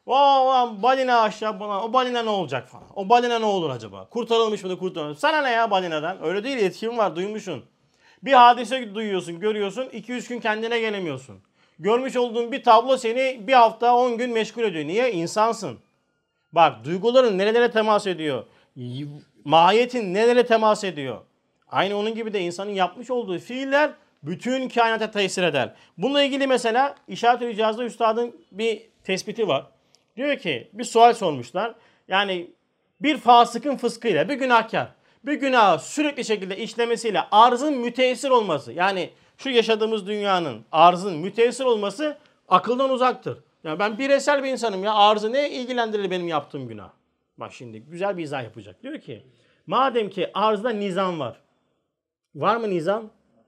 Balina aşağı bana o balina ne olacak falan. O balina ne olur acaba? Kurtarılmış mı da kurtarılmış. Sana ne ya balinadan? Öyle değil yetkin var duymuşsun. Bir hadise duyuyorsun, görüyorsun. 2-3 gün kendine gelemiyorsun. Görmüş olduğun bir tablo seni bir hafta 10 gün meşgul ediyor. Niye? İnsansın. Bak duyguların nerelere temas ediyor. Mahiyetin nerelere temas ediyor. Aynı onun gibi de insanın yapmış olduğu fiiller bütün kainata tesir eder. Bununla ilgili mesela İşaret-ül İcaz'da üstadın bir tespiti var. Diyor ki bir sual sormuşlar. Yani bir fasıkın fıskıyla bir günahkar bir günahı sürekli şekilde işlemesiyle arzın müteessir olması. Yani şu yaşadığımız dünyanın arzın müteessir olması akıldan uzaktır. Yani ben bireysel bir insanım ya arzı ne ilgilendirir benim yaptığım günah. Bak şimdi güzel bir izah yapacak. Diyor ki madem ki arzda nizam var. Var mı nizam?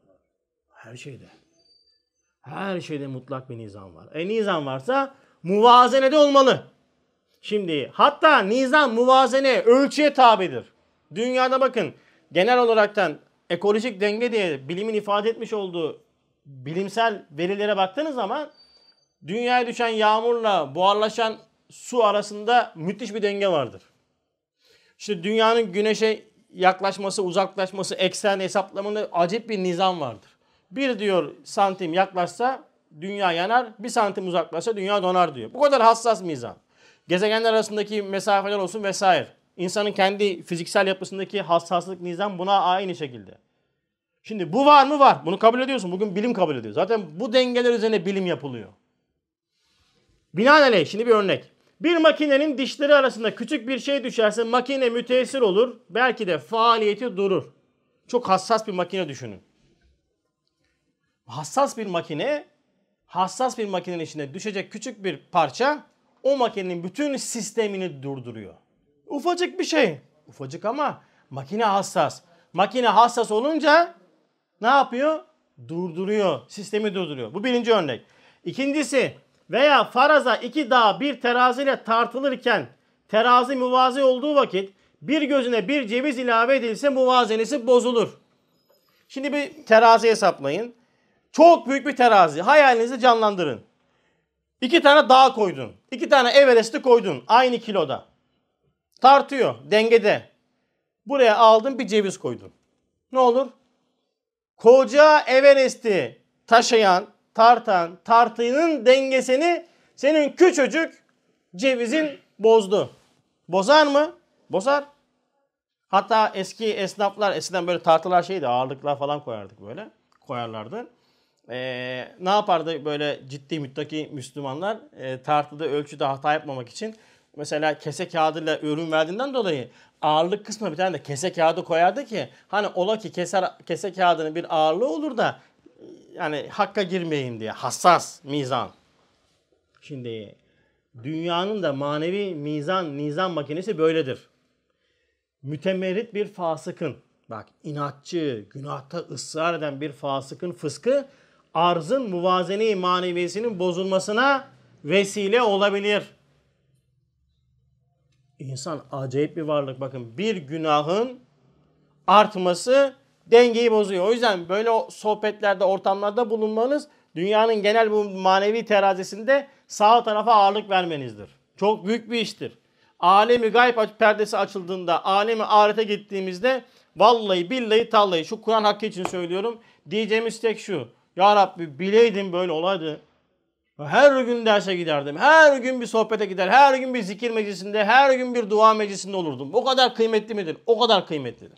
Her şeyde. Her şeyde mutlak bir nizam var. Nizam varsa muvazenede olmalı. Şimdi hatta nizam, muvazene, ölçüye tabidir. Dünyada bakın genel olaraktan ekolojik denge diye bilimin ifade etmiş olduğu bilimsel verilere baktığınız zaman dünyaya düşen yağmurla buharlaşan su arasında müthiş bir denge vardır. İşte dünyanın güneşe yaklaşması, uzaklaşması, eksen hesaplamında acayip bir nizam vardır. Bir diyor santim yaklaşsa dünya yanar, bir santim uzaklaşsa dünya donar diyor. Bu kadar hassas nizam. Gezegenler arasındaki mesafeler olsun vesaire. İnsanın kendi fiziksel yapısındaki hassaslık nizam buna aynı şekilde. Şimdi bu var mı? Var. Bunu kabul ediyorsun. Bugün bilim kabul ediyor. Zaten bu dengeler üzerine bilim yapılıyor. Binaenaleyh şimdi bir örnek. Bir makinenin dişleri arasında küçük bir şey düşerse makine müteessir olur. Belki de faaliyeti durur. Çok hassas bir makine düşünün. Hassas bir makinenin içine düşecek küçük bir parça o makinenin bütün sistemini durduruyor. Ufacık bir şey. Ufacık ama makine hassas. Makine hassas olunca ne yapıyor? Durduruyor. Sistemi durduruyor. Bu birinci örnek. İkincisi, veya faraza iki dağ bir teraziyle tartılırken terazi muvazi olduğu vakit bir gözüne bir ceviz ilave edilse muvazenesi bozulur. Şimdi bir terazi hesaplayın. Çok büyük bir terazi. Hayalinizi canlandırın. İki tane dağ koydun. İki tane Everest'i koydun. Aynı kiloda. Tartıyor. Dengede. Buraya aldın bir ceviz koydun. Ne olur? Koca Everest'i taşıyan, tartan, tartının dengesini senin küçücük cevizin bozdu. Bozar mı? Bozar. Hatta eski esnaflar eskiden böyle tartılar şeydi, ağırlıklar falan koyardık böyle. Koyarlardı. Ne yapardı böyle ciddi müttaki Müslümanlar? Tartıda ölçüde hata yapmamak için mesela kese kağıdıyla ürün verdiğinden dolayı ağırlık kısmına bir tane de kese kağıdı koyardı ki hani ola ki kese kağıdının bir ağırlığı olur da yani hakka girmeyeyim diye. Hassas mizan. Şimdi dünyanın da manevi nizam makinesi böyledir. Mütemerrit bir fasıkın, bak inatçı, günahta ısrar eden bir fasıkın fıskı arzın muvazene-i maneviyesinin bozulmasına vesile olabilir. İnsan acayip bir varlık. Bakın bir günahın artması dengeyi bozuyor. O yüzden böyle sohbetlerde, ortamlarda bulunmanız dünyanın genel bu manevi terazisinde sağ tarafa ağırlık vermenizdir. Çok büyük bir iştir. Alemi gayb perdesi açıldığında, alemi ahirete gittiğimizde vallahi billahi tallahi şu Kur'an hakkı için söylüyorum. Diyeceğimiz tek şu. Ya Rabbi bileydim böyle olaydı. Her gün derse giderdim. Her gün bir sohbete gider. Her gün bir zikir meclisinde, her gün bir dua meclisinde olurdum. O kadar kıymetli midir? O kadar kıymetlidir.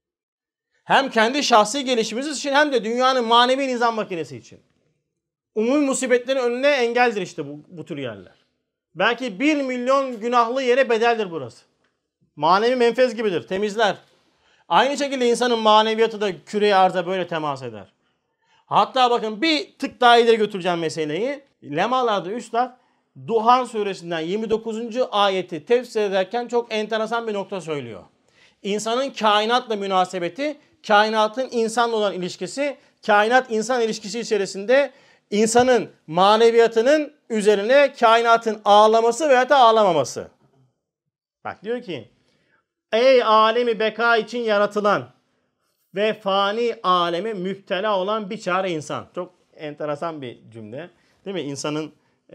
Hem kendi şahsi gelişimimiz için hem de dünyanın manevi nizam makinesi için. Umumi musibetlerin önüne engeldir işte bu tür yerler. Belki 1 milyon günahlı yere bedeldir burası. Manevi menfez gibidir, temizler. Aynı şekilde insanın maneviyatı da küre-i arza böyle temas eder. Hatta bakın bir tık daha ileri götüreceğim meseleyi. Lemalarda Üstad Duhan suresinden 29. ayeti tefsir ederken çok enteresan bir nokta söylüyor. İnsanın kainatla münasebeti, kainatın insanla olan ilişkisi, kainat-insan ilişkisi içerisinde insanın maneviyatının üzerine kainatın ağlaması veya da ağlamaması. Bak diyor ki, ey alemi beka için yaratılan ve fani aleme müptela olan bir çare insan. Çok enteresan bir cümle. Değil mi? İnsanın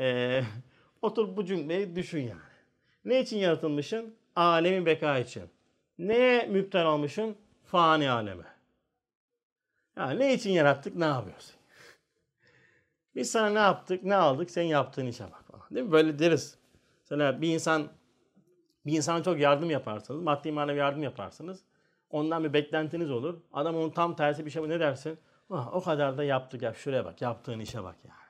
otur bu cümleyi düşün yani. Ne için yaratılmışsın? Alemi beka için. Neye müptel olmuşsun? Fani aleme. Yani ne için yarattık, ne yapıyorsun? Biz sana ne yaptık, ne aldık, senin yaptığın işe bak. Değil mi? Böyle deriz. Mesela bir insana çok yardım yaparsınız, maddi manevi yardım yaparsınız. Ondan bir beklentiniz olur. Adam onun tam tersi bir şey ne dersin? O kadar da yaptık ya, şuraya bak, yaptığın işe bak yani.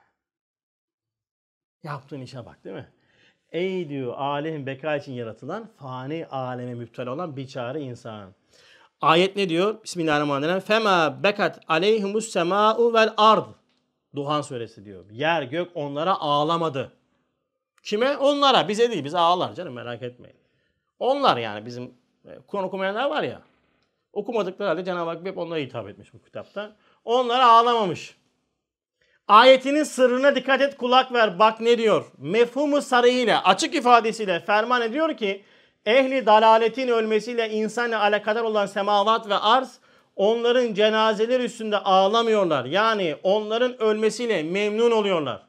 Yaptığın işe bak değil mi? Ey diyor alem beka için yaratılan, fani aleme müptel olan biçare insan. Ayet ne diyor? Bismillahirrahmanirrahim. Fema bekat aleyhumus sema'u vel ard. Duhan suresi diyor. Yer gök onlara ağlamadı. Kime? Onlara. Bize değil. Bize ağlar canım, merak etmeyin. Onlar yani bizim Kur'an okumayanlar var ya. Okumadıkları halde Cenab-ı Hak hep onlara hitap etmiş bu kitapta. Onlara ağlamamış. Ayetinin sırrına dikkat et, kulak ver. Bak ne diyor? Mefhumu sarihile, açık ifadesiyle ferman ediyor ki ehli dalaletin ölmesiyle insanla alakadar olan semavat ve arz onların cenazeleri üstünde ağlamıyorlar. Yani onların ölmesiyle memnun oluyorlar.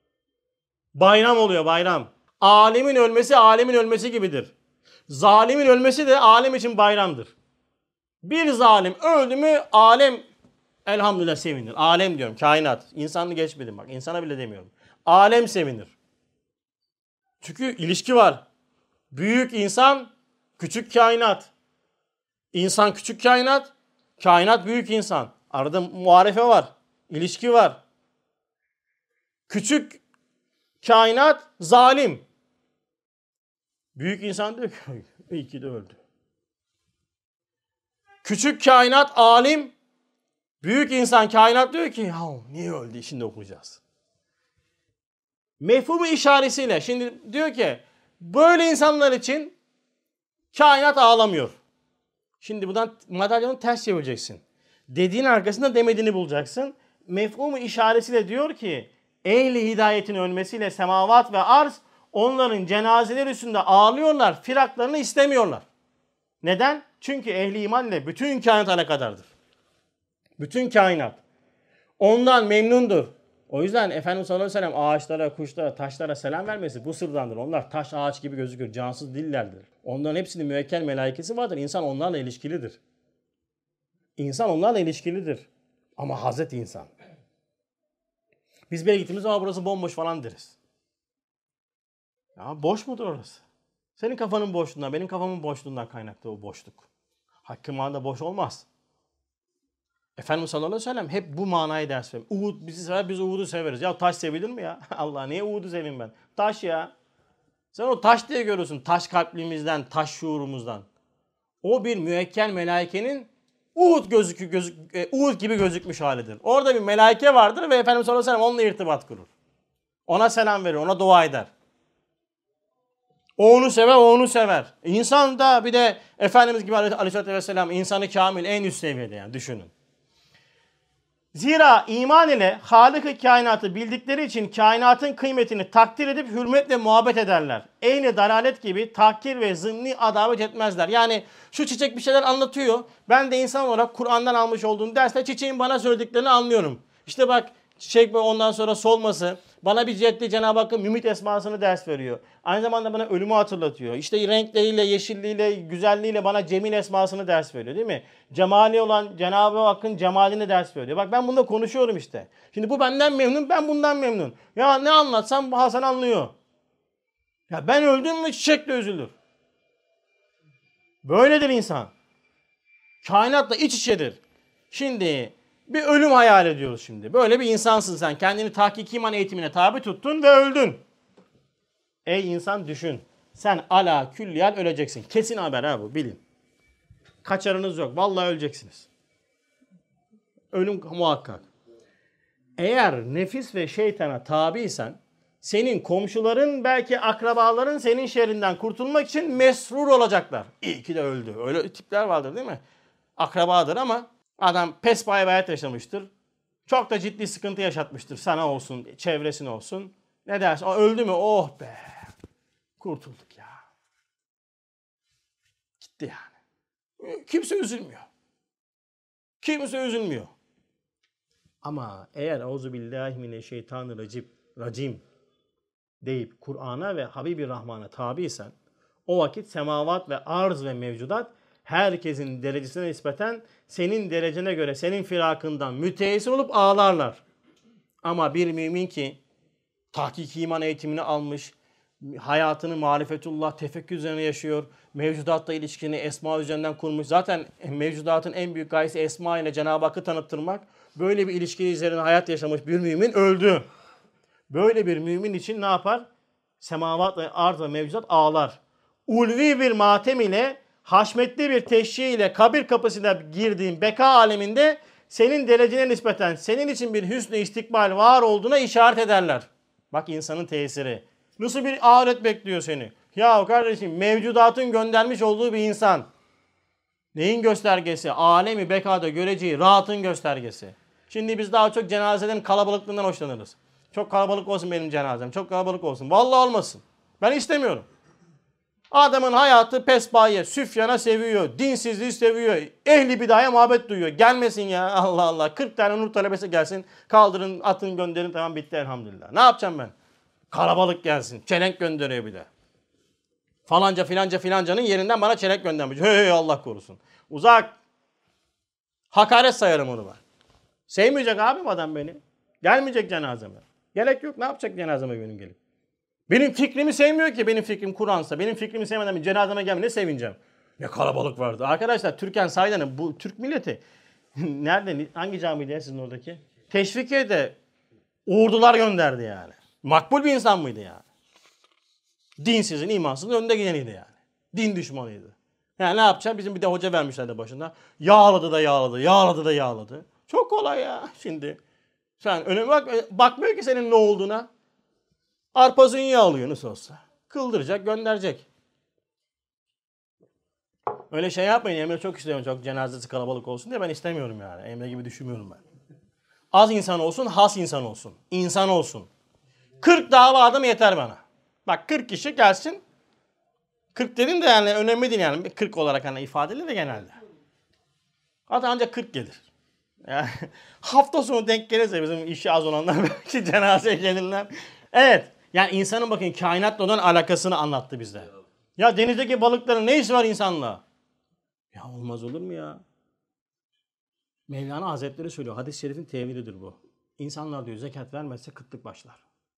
Bayram oluyor, bayram. Alemin ölmesi alemin ölmesi gibidir. Zalimin ölmesi de alem için bayramdır. Bir zalim öldü mü alem elhamdülillah sevinir. Alem diyorum, kainat. İnsanı geçmedim bak, insana bile demiyorum. Alem sevinir. Çünkü ilişki var. Büyük insan, küçük kainat. İnsan küçük kainat, kainat büyük insan. Arada muharefe var, ilişki var. Küçük kainat zalim. Büyük insan diyor ki iyi ki de öldü. Küçük kainat alim. Büyük insan kainat diyor ki ya niye öldü, şimdi okuyacağız. Mefhumu işaretiyle şimdi diyor ki böyle insanlar için Kainat ağlamıyor. Şimdi buradan madalyonu ters çevireceksin. Dediğin arkasında demediğini bulacaksın. Mefhumu işaretiyle diyor ki ehli hidayetin ölmesiyle semavat ve arz onların cenazeler üstünde ağlıyorlar. Firaklarını istemiyorlar. Neden? Çünkü ehli iman ile bütün kainat alakadardır. Bütün kainat. Ondan memnundur. O yüzden Efendimiz sallallahu aleyhi ve sellem ağaçlara, kuşlara, taşlara selam vermesi bu sırdandır. Onlar taş ağaç gibi gözükür. Cansız dillerdir. Onların hepsinin müekkel melaikesi vardır. İnsan onlarla ilişkilidir. İnsan onlarla ilişkilidir. Ama Hazreti insan. Biz bir gittiğimiz zaman burası bomboş falan deriz. Ya boş mudur orası? Senin kafanın boşluğundan, benim kafamın boşluğundan kaynaklı o boşluk. Hakkı manada boş olmaz. Efendimiz sallallahu aleyhi ve sellem hep bu manayı ders veriyor. Uhud bizi sever, biz Uhud'u severiz. Ya taş sevilir mi ya? Allah niye Uhud'u seveyim ben? Taş ya. Sen o taş diye görüyorsun. Taş kalbimizden, taş şuurumuzdan. O bir müekkel melaikenin Uhud gibi gözükmüş halidir. Orada bir melaike vardır ve Efendimiz sallallahu aleyhi ve sellem onunla irtibat kurur. Ona selam verir, ona dua eder. O onu sever, o onu sever. İnsan da bir de Efendimiz gibi aleyhissalatü vesselam insanı kamil en üst seviyede yani düşünün. Zira iman ile Halık-ı kainatı bildikleri için kainatın kıymetini takdir edip hürmetle muhabbet ederler. Ehli dalalet gibi tahkir ve zımni adavet etmezler. Yani şu çiçek bir şeyler anlatıyor. Ben de insan olarak Kur'an'dan almış olduğum derste çiçeğin bana söylediklerini anlıyorum. İşte bak çiçek ve ondan sonra solması bana bir cihetle Cenab-ı Hakk'ın mümit esmasını ders veriyor. Aynı zamanda bana ölümü hatırlatıyor. İşte renkleriyle, yeşilliğiyle, güzelliğiyle bana cemil esmasını ders veriyor değil mi? Cemali olan Cenab-ı Hakk'ın cemalini ders veriyor. Bak ben bunda konuşuyorum işte. Şimdi bu benden memnun, ben bundan memnun. Ya ne anlatsam bu Hasan anlıyor. Ya ben öldüm mü çiçek de üzülür. Böyledir insan. Kainatla iç içedir. Şimdi bir ölüm hayal ediyoruz şimdi. Böyle bir insansın sen. Kendini tahkik iman eğitimine tabi tuttun ve öldün. Ey insan düşün. Sen ala külliyat öleceksin. Kesin haber ha bu bilin. Kaçarınız yok. Vallahi öleceksiniz. Ölüm muhakkak. Eğer nefis ve şeytana tabiysen senin komşuların belki akrabaların senin şerrinden kurtulmak için mesrur olacaklar. İyi ki de öldü. Öyle tipler vardır değil mi? Akrabadır ama adam pespaye bir hayat yaşamıştır. Çok da ciddi sıkıntı yaşatmıştır. Sana olsun, çevresine olsun. Ne dersin? O öldü mü? Oh be. Kurtulduk ya. Gitti yani. Kimse üzülmüyor. Kimse üzülmüyor. Ama eğer euzubillahimineşşeytanirracim deyip Kur'an'a ve Habibi Rahman'a tabiysen o vakit semavat ve arz ve mevcudat herkesin derecesine nispeten senin derecene göre senin firakından müteessir olup ağlarlar. Ama bir mümin ki tahkik iman eğitimini almış, hayatını marifetullah, tefekkür üzerine yaşıyor, mevcudatla ilişkini esma üzerinden kurmuş. Zaten mevcudatın en büyük gayesi esma ile Cenab-ı Hakk'ı tanıttırmak. Böyle bir ilişki üzerine hayat yaşamış bir mümin öldü. Böyle bir mümin için ne yapar? Semavat ve arz ve mevcudat ağlar. Ulvi bir matem ile, haşmetli bir teşhih ile kabir kapısına girdiğin beka aleminde senin derecene nispeten senin için bir hüsnü istikbal var olduğuna işaret ederler. Bak insanın tesiri. Nasıl bir ahiret bekliyor seni? Ya kardeşim mevcudatın göndermiş olduğu bir insan. Neyin göstergesi? Alemi bekada göreceği rahatın göstergesi. Şimdi biz daha çok cenazelerin kalabalıklığından hoşlanırız. Çok kalabalık olsun benim cenazem. Çok kalabalık olsun. Vallahi olmasın. Ben istemiyorum. Adamın hayatı pespaye, süfyana seviyor. Dinsizliği seviyor. Ehli bidaya muhabbet duyuyor. Gelmesin ya Allah Allah. 40 tane nur talebesi gelsin. Kaldırın, atın, gönderin. Tamam bitti elhamdülillah. Ne yapacağım ben? Kalabalık gelsin. Çelenk gönderiyor bir de. Falanca filanca filancanın yerinden bana çelenk göndermiş. Hey Allah korusun. Uzak. Hakaret sayarım onu ben. Sevmeyecek abim adam beni. Gelmeyecek cenazeme. Gerek yok. Ne yapacak cenazeme benim gelip? Benim fikrimi sevmiyor ki. Benim fikrim Kur'an'sa. Benim fikrimi sevmeden bir cenazeme gelme ne sevineceğim? Ne kalabalık vardı. Arkadaşlar Türkan Saydan'ın bu Türk milleti nerede? Hangi camide sizin oradaki? Teşvikiye'de ordular gönderdi yani. Makbul bir insan mıydı yani? Dinsizin, imansızın önde geleniydi yani. Din düşmanıydı. Yani ne yapacağım? Bizim bir de hoca vermişlerdi başında. Yağladı da yağladı, yağladı da yağladı. Çok kolay ya şimdi. Sen önüme bakmıyor ki senin ne olduğuna. Arpazın yağlıyor nasıl olsa. Kıldıracak, gönderecek. Öyle şey yapmayın. Emre çok istiyorum. Çok cenazesi kalabalık olsun diye ben istemiyorum yani. Emre gibi düşünmüyorum ben. Az insan olsun, has insan olsun. İnsan olsun. 40 dava adam yeter bana. Bak 40 kişi gelsin. 40 dedim de yani önemli değil yani. 40 olarak hani ifade edilir de genelde. Hatta ancak 40 gelir. Yani hafta sonu denk gelirse bizim işi az olanlar belki cenazeye gelirler. Evet. Yani insanın bakın kainatla olan alakasını anlattı bizde. Ya denizdeki balıkların ne işi var insanla? Ya olmaz olur mu ya? Mevlana Hazretleri söylüyor. Hadis-i şerifin tevhilidir bu. İnsanlar diyor zekat vermezse kıtlık başlar.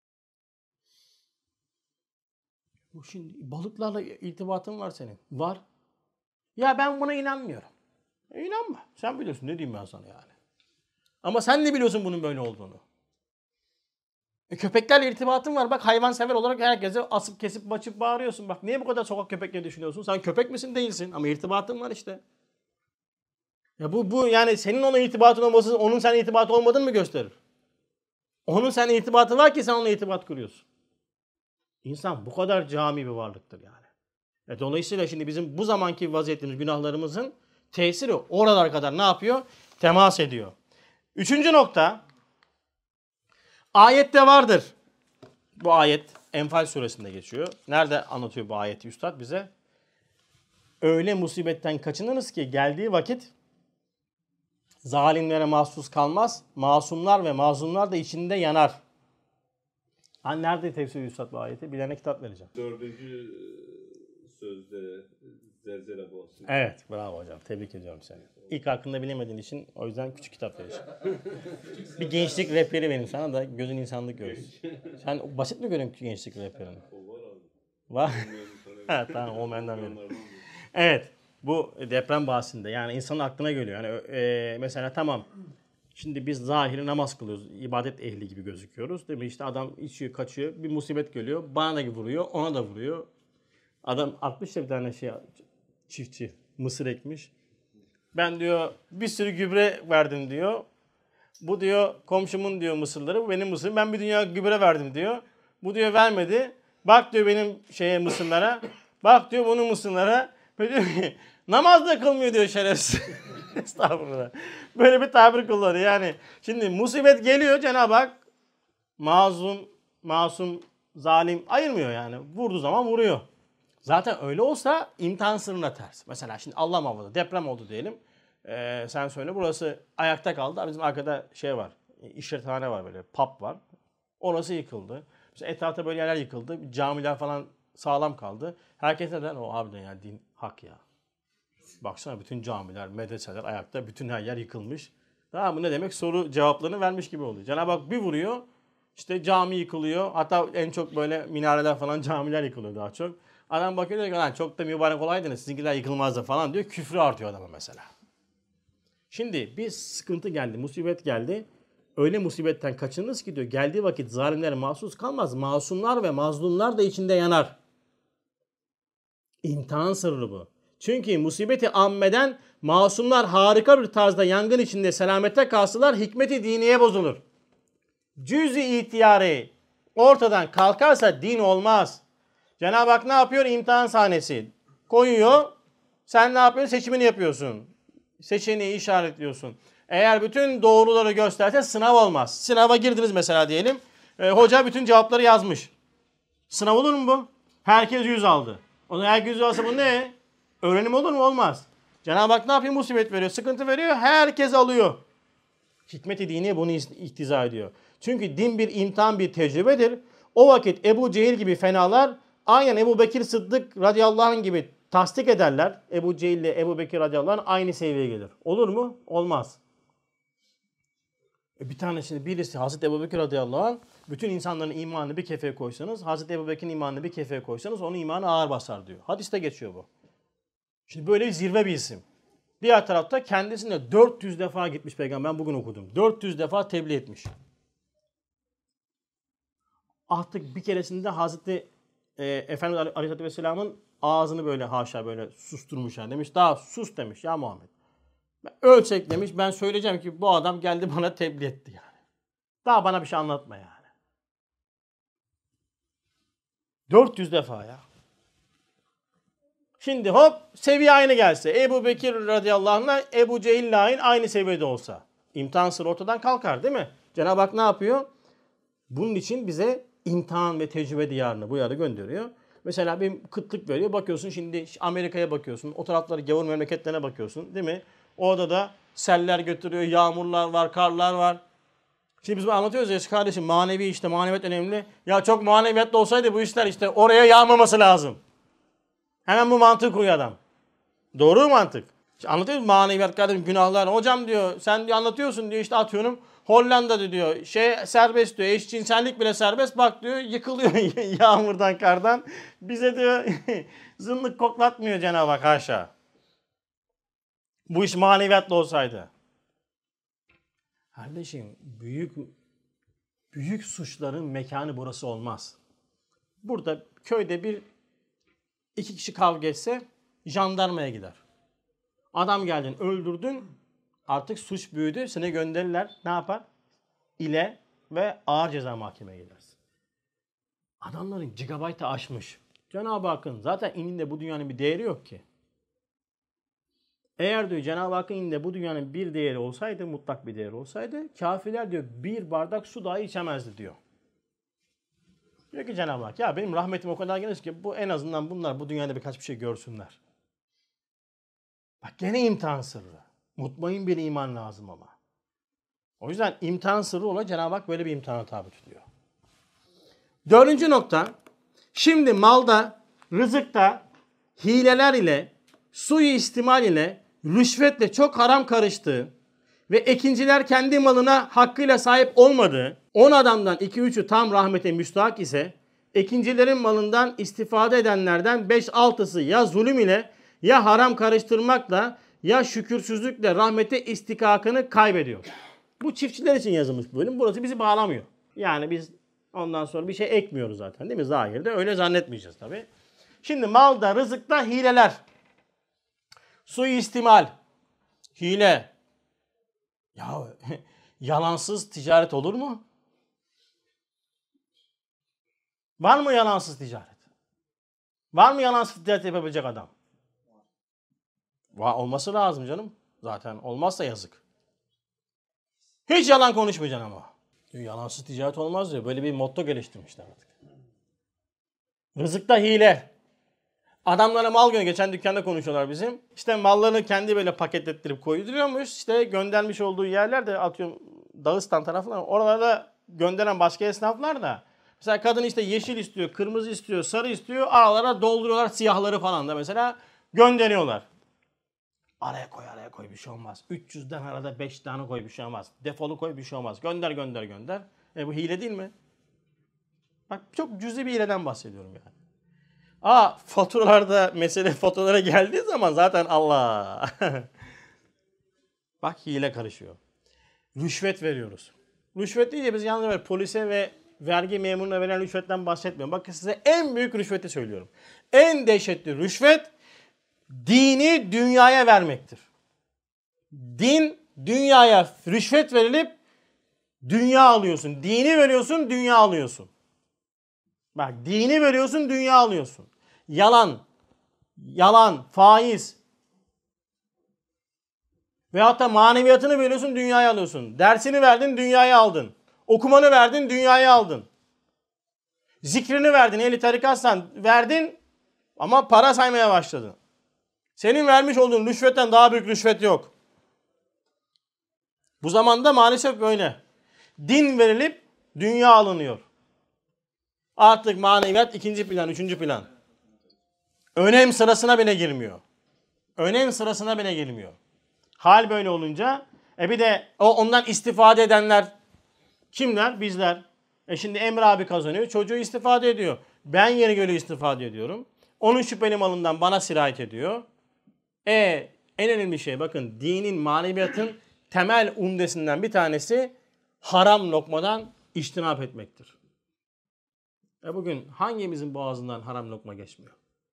Bu şimdi balıklarla irtibatın var senin. Var. Ya ben buna inanmıyorum. İnanma. Sen biliyorsun. Ne diyeyim ben sana yani. Ama sen de biliyorsun bunun böyle olduğunu. Köpeklerle irtibatın var. Bak hayvansever olarak herkese asıp kesip maçıp bağırıyorsun. Bak niye bu kadar sokak köpekleri düşünüyorsun? Sen köpek misin değilsin ama irtibatın var işte. Ya bu yani senin ona irtibatın olması onun seninle irtibatı olmadığını mı gösterir? Onun seninle irtibatı var ki sen onunla irtibat kuruyorsun. İnsan bu kadar cami bir varlıktır yani. Dolayısıyla şimdi bizim bu zamanki vaziyetimiz günahlarımızın tesiri oralar kadar ne yapıyor? Temas ediyor. Üçüncü nokta. Ayette vardır. Bu ayet Enfal suresinde geçiyor. Nerede anlatıyor bu ayeti üstad bize? Öyle musibetten kaçınırız ki geldiği vakit zalimlere mahsus kalmaz. Masumlar ve mazlumlar da içinde yanar. Hani nerede tefsir üstad bu ayeti? Bilene kitap vereceğim. 4. sözde zelzele bahsediyor. Evet, bravo hocam. Tebrik ediyorum seni. İlk hakkında bilemediğin için o yüzden küçük kitap vereceğim. Bir gençlik rehberi benim sana da gözün insanlık görsün. Sen basit mi görüyorsun gençlik rehberini? O var abi. Var. Ha, tamam olmayandan benim. Evet. Bu deprem bahsinde yani insanın aklına geliyor. Yani mesela tamam. Şimdi biz zahiri namaz kılıyoruz. İbadet ehli gibi gözüküyoruz. Değil mi? İşte adam içiyor, kaçıyor. Bir musibet geliyor. Bana da vuruyor. Ona da vuruyor. Adam atmış da bir tane çiftçi. Mısır ekmiş. Ben diyor bir sürü gübre verdim diyor. Bu diyor komşumun diyor mısırları. Bu benim mısırım. Ben bir dünya gübre verdim diyor. Bu diyor vermedi. Bak diyor benim mısırlara. Bak diyor bunun mısırlara. Ve diyor ki namaz da kılmıyor diyor şerefsiz. Estağfurullah. Böyle bir tabir kullanıyor yani. Şimdi musibet geliyor Cenab-ı Hak mazlum, masum, zalim ayırmıyor yani. Vurduğu zaman vuruyor. Zaten öyle olsa imtihan sırrına ters. Mesela şimdi Allah muhafaza deprem oldu diyelim. Sen söyle burası ayakta kaldı. Bizim arkada var. İşletmehane var böyle. Pub var. Orası yıkıldı. Mesela etrafta böyle yerler yıkıldı. Camiler falan sağlam kaldı. Herkes neden? O harbiden ya din hak ya. Baksana bütün camiler, medreseler ayakta. Bütün her yer yıkılmış. Tamam mı? Ne demek? Soru cevaplarını vermiş gibi oluyor. Cenab-ı Hak bir vuruyor. İşte cami yıkılıyor. Hatta en çok böyle minareler falan camiler yıkılıyor daha çok. Adam bakıyor diyor ki çok da mübarek olaydınız sizinkiler yıkılmazdı falan diyor. Küfrü artıyor adama mesela. Şimdi bir sıkıntı geldi, musibet geldi. Öyle musibetten kaçınınız ki diyor geldiği vakit zalimlere mahsus kalmaz. Masumlar ve mazlumlar da içinde yanar. İmtihan sırrı bu. Çünkü musibeti ammeden masumlar harika bir tarzda yangın içinde selamette kalsalar hikmeti diniye bozulur. Cüz-i ihtiyari ortadan kalkarsa din olmaz. Cenab-ı Hak ne yapıyor? İmtihan sahnesi koyuyor. Sen ne yapıyorsun? Seçimini yapıyorsun. Seçeneği işaretliyorsun. Eğer bütün doğruları gösterse sınav olmaz. Sınava girdiniz mesela diyelim. Hoca bütün cevapları yazmış. Sınav olur mu bu? Herkes 100 aldı. O zaman herkes 100 alsa bu ne? Öğrenim olur mu? Olmaz. Cenab-ı Hak ne yapıyor? Musibet veriyor, sıkıntı veriyor. Herkes alıyor. Hikmet-i dini bunu iktiza ediyor. Çünkü din bir imtihan, bir tecrübedir. O vakit Ebu Cehil gibi fenalar aynen Ebu Bekir Sıddık radıyallahu anh gibi tasdik ederler. Ebu Cehil ile Ebu Bekir radıyallahu anh aynı seviyeye gelir. Olur mu? Olmaz. Bir tanesini birisi Hazreti Ebu Bekir radıyallahu anh bütün insanların imanını bir kefeye koysanız Hazreti Ebu Bekir'in imanını bir kefeye koysanız onun imanı ağır basar diyor. Hadiste geçiyor bu. Şimdi böyle bir zirve bir isim. Diğer tarafta kendisine 400 defa gitmiş peygamber. Ben bugün okudum. 400 defa tebliğ etmiş. Artık bir keresinde Hazreti Efendimiz Aleyhisselatü Vesselam'ın ağzını böyle haşa böyle susturmuşlar demiş. Daha sus demiş ya Muhammed. Ölsek demiş ben söyleyeceğim ki bu adam geldi bana tebliğ etti yani. Daha bana bir şey anlatma yani. 400 defa ya. Şimdi hop seviye aynı gelse. Ebu Bekir radıyallahu anh Ebu Cehil'le aynı seviyede olsa. İmtihan sırrı ortadan kalkar değil mi? Cenab-ı Hak ne yapıyor? Bunun için bize imtihan ve tecrübe diyarını bu yara gönderiyor. Mesela bir kıtlık veriyor. Bakıyorsun şimdi Amerika'ya bakıyorsun. O tarafları gavur memleketlerine bakıyorsun değil mi? Orada da seller götürüyor. Yağmurlar var, karlar var. Şimdi biz anlatıyoruz ya kardeşim manevi işte maneviyat önemli. Ya çok maneviyatlı olsaydı bu işler işte oraya yağmaması lazım. Hemen bu mantığı kuruyor adam. Doğru mu mantık? İşte anlatıyoruz maneviyat kardeşim günahlar. Hocam diyor sen diyor anlatıyorsun diyor işte atıyorum. Hollanda'da diyor serbest diyor eşcinsellik bile serbest bak diyor yıkılıyor yağmurdan kardan. Bize diyor zınlık koklatmıyor Cenab-ı Hak haşa. Bu iş maneviyatlı olsaydı. Kardeşim büyük suçların mekanı burası olmaz. Burada köyde iki kişi kavga etse jandarmaya gider. Adam geldin öldürdün artık suç büyüdü seni gönderirler ne yapar? İle ve ağır ceza mahkemeye gidersin. Adamların gigabaytı aşmış. Cenab-ı Hakk'ın zaten ininde bu dünyanın bir değeri yok ki. Eğer diyor Cenab-ı Hakk'ın ininde bu dünyanın bir değeri olsaydı, mutlak bir değeri olsaydı kafirler diyor bir bardak su dahi içemezdi diyor. Diyor ki Cenab-ı Hak ya benim rahmetim o kadar geniş ki bu en azından bunlar bu dünyada birkaç bir şey görsünler. Bak gene imtihan sırrı. Mutmain bir iman lazım ama. O yüzden imtihan sırrı olan Cenab-ı Hak böyle bir imtihana tabi tutuyor. Dördüncü nokta. Şimdi malda, rızıkta hileler ile, suistimal ile, rüşvetle çok haram karıştığı ve ekinciler kendi malına hakkıyla sahip olmadığı 10 adamdan 2-3'ü tam rahmete müstahak ise ekincilerin malından istifade edenlerden 5-6'sı ya zulüm ile ya haram karıştırmakla ya şükürsüzlükle rahmete istikakını kaybediyor. Bu çiftçiler için yazılmış bu bölüm. Burası bizi bağlamıyor. Yani biz ondan sonra bir şey ekmiyoruz zaten değil mi? Zahirde öyle zannetmeyeceğiz tabii. Şimdi malda, rızıkta hileler. Suistimal. Hile. Ya yalansız ticaret olur mu? Var mı yalansız ticaret? Var mı yalansız ticaret yapabilecek adam? Olması lazım canım. Zaten olmazsa yazık. Hiç yalan konuşmayacaksın ama. Yalansız ticaret olmaz diyor. Böyle bir motto geliştirmişler artık. Rızıkta hile. Adamlara mal gönderiyor. Geçen dükkanda konuşuyorlar bizim. İşte mallarını kendi böyle paketlettirip koyduruyormuş. İşte göndermiş olduğu yerlerde atıyorum Dağıstan tarafından. Oralarda gönderen başka esnaflar da. Mesela kadın işte yeşil istiyor, kırmızı istiyor, sarı istiyor. Aralara dolduruyorlar siyahları falan da mesela gönderiyorlar. Araya koy bir şey olmaz. 300'den arada 5 tane koy bir şey olmaz. Defolu koy bir şey olmaz. Gönder. Bu hile değil mi? Bak çok cüzi bir hileden bahsediyorum yani. Faturalarda mesele faturalara geldiği zaman zaten Allah. Bak hile karışıyor. Rüşvet veriyoruz. Rüşvet deyince biz yalnız polise ve vergi memuruna verilen rüşvetten bahsetmiyorum. Bakın size en büyük rüşveti söylüyorum. En dehşetli rüşvet dini dünyaya vermektir. Din dünyaya rüşvet verilip dünya alıyorsun. Dini veriyorsun, dünya alıyorsun. Bak dini veriyorsun, dünya alıyorsun. Yalan, faiz. Veyahut da maneviyatını veriyorsun, dünyaya alıyorsun. Dersini verdin, dünyaya aldın. Okumanı verdin, dünyaya aldın. Zikrini verdin, ehli tarikatsan verdin ama para saymaya başladın. Senin vermiş olduğun rüşvetten daha büyük rüşvet yok. Bu zamanda maalesef böyle. Din verilip dünya alınıyor. Artık maneviyat ikinci plan, üçüncü plan. Önem sırasına bile girmiyor. Hal böyle olunca bir de ondan istifade edenler kimler? Bizler. Şimdi Emre abi kazanıyor. Çocuğu istifade ediyor. Ben yeri göre istifade ediyorum. Onun şüpheli malından bana sirayet ediyor. En önemli şey bakın dinin, maneviyatın temel umdesinden bir tanesi haram lokmadan içtinap etmektir. Bugün hangimizin boğazından haram lokma geçmiyor?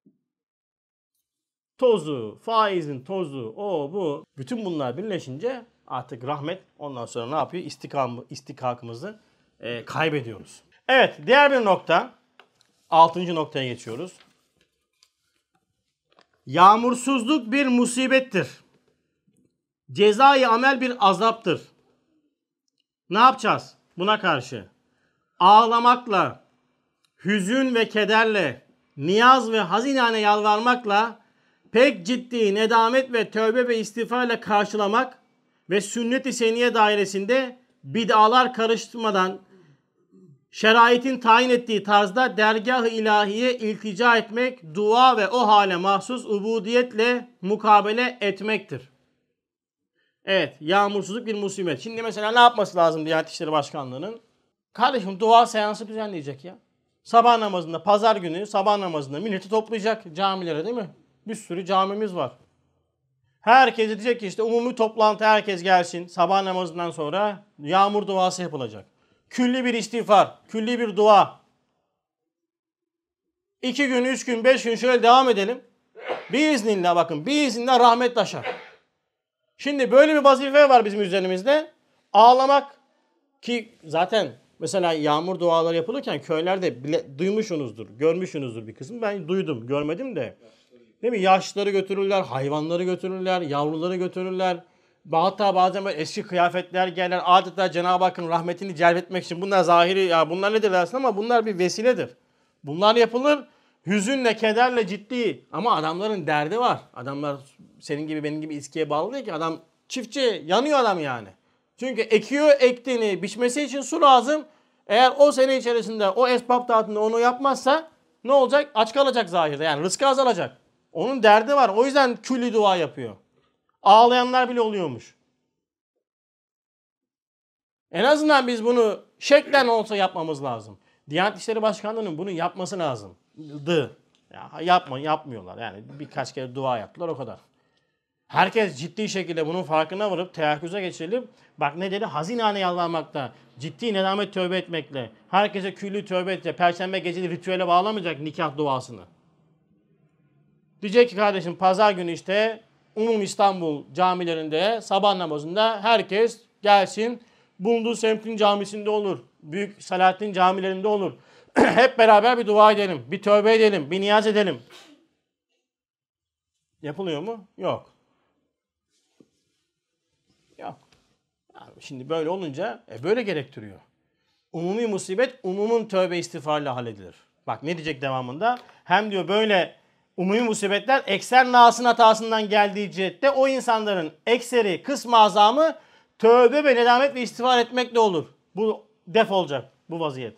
Tozu, faizin tozu, bu. Bütün bunlar birleşince artık rahmet ondan sonra ne yapıyor? İstikakımızı kaybediyoruz. Evet diğer bir nokta. 6. noktaya geçiyoruz. Yağmursuzluk bir musibettir. Cezai amel bir azaptır. Ne yapacağız buna karşı? Ağlamakla, hüzün ve kederle, niyaz ve hazinane yalvarmakla, pek ciddi nedamet ve tövbe ve istiğfarla karşılamak ve sünnet-i seniye dairesinde bid'alar karıştırmadan şeraitin tayin ettiği tarzda dergâh-ı ilahiye iltica etmek, dua ve o hale mahsus ubudiyetle mukabele etmektir. Evet, yağmursuzluk bir musibet. Şimdi mesela ne yapması lazım Diyanet İşleri Başkanlığı'nın? Kardeşim dua seansı düzenleyecek ya. Sabah namazında, pazar günü sabah namazında milleti toplayacak camilere, değil mi? Bir sürü camimiz var. Herkes diyecek ki işte umumi toplantı, herkes gelsin. Sabah namazından sonra yağmur duası yapılacak. Külli bir istiğfar, külli bir dua. 2 gün, 3 gün, 5 gün şöyle devam edelim. Biiznillah bakın, biiznillah rahmet taşar. Şimdi böyle bir vazife var bizim üzerimizde. Ağlamak ki zaten mesela yağmur duaları yapılırken köylerde bile duymuşsunuzdur, görmüşsünüzdür bir kısmı. Ben duydum, görmedim de. Değil mi? Yaşlıları götürürler, hayvanları götürürler, yavruları götürürler. Hatta bazen böyle eski kıyafetler giyerler. Adeta Cenab-ı Hakk'ın rahmetini celbetmek için. Bunlar zahiri, ya bunlar nedir dersin ama bunlar bir vesiledir. Bunlar yapılır. Hüzünle, kederle ciddi. Ama adamların derdi var. Adamlar senin gibi benim gibi iskiye bağlı değil ki. Adam çiftçi, yanıyor adam yani. Çünkü ekiyor, ektiğini biçmesi için su lazım. Eğer o sene içerisinde o esbab dağıtında onu yapmazsa ne olacak? Aç kalacak zahirde. Yani rızkı azalacak. Onun derdi var. O yüzden külli dua yapıyor. Ağlayanlar bile oluyormuş. En azından biz bunu şeklen olsa yapmamız lazım. Diyanet İşleri Başkanlığı'nın bunu yapması lazımdı. Ya yapmıyorlar. Yani birkaç kere dua yaptılar, o kadar. Herkes ciddi şekilde bunun farkına varıp teyakküze geçirilip, bak ne dedi? Hazinane yalvarmakla, ciddi nedamet tövbe etmekle, herkese külli tövbe edecek, perşembe geceli ritüele bağlamayacak nikah duasını. Diyecek ki kardeşim pazar günü işte Umum İstanbul camilerinde sabah namazında herkes gelsin. Bulunduğu semtin camisinde olur. Büyük Salahattin camilerinde olur. Hep beraber bir dua edelim. Bir tövbe edelim. Bir niyaz edelim. Yapılıyor mu? Yok. Yok. Yani şimdi böyle olunca böyle gerektiriyor. Umumi musibet umumun tövbe istiğfarıyla halledilir. Bak ne diyecek devamında? Hem diyor böyle umumi musibetler ekser nasın hatasından geldiği cihette o insanların ekseri kısmı azamı tövbe ve nedamet ve istiğfar etmekle olur. Bu def olacak bu vaziyet.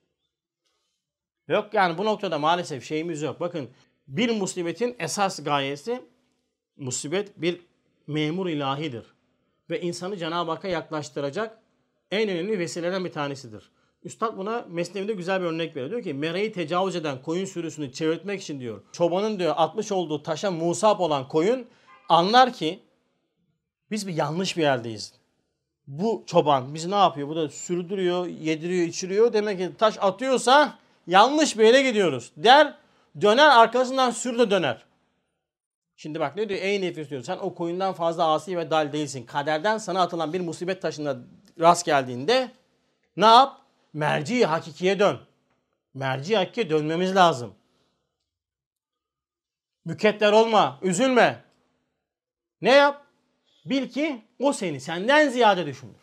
Yok yani bu noktada maalesef şeyimiz yok. Bakın bir musibetin esas gayesi musibet bir memur ilahidir. Ve insanı Cenab-ı Hakk'a yaklaştıracak en önemli vesilelerden bir tanesidir. Üstad buna Mesnevi'de güzel bir örnek veriyor. Diyor ki mereyi tecavüz eden koyun sürüsünü çevirtmek için diyor. Çobanın diyor atmış olduğu taşa musab olan koyun anlar ki biz bir yanlış bir yerdeyiz. Bu çoban bizi ne yapıyor? Bu da sürdürüyor, yediriyor, içiriyor. Demek ki taş atıyorsa yanlış bir yere gidiyoruz. Der, döner arkasından sürü de döner. Şimdi bak ne diyor? Ey nefis diyor. Sen o koyundan fazla asi ve dal değilsin. Kaderden sana atılan bir musibet taşına rast geldiğinde ne yap? Merci hakikiye dön. Merci hakikiye dönmemiz lazım. Mükedder olma, üzülme. Ne yap? Bil ki o seni senden ziyade düşünür.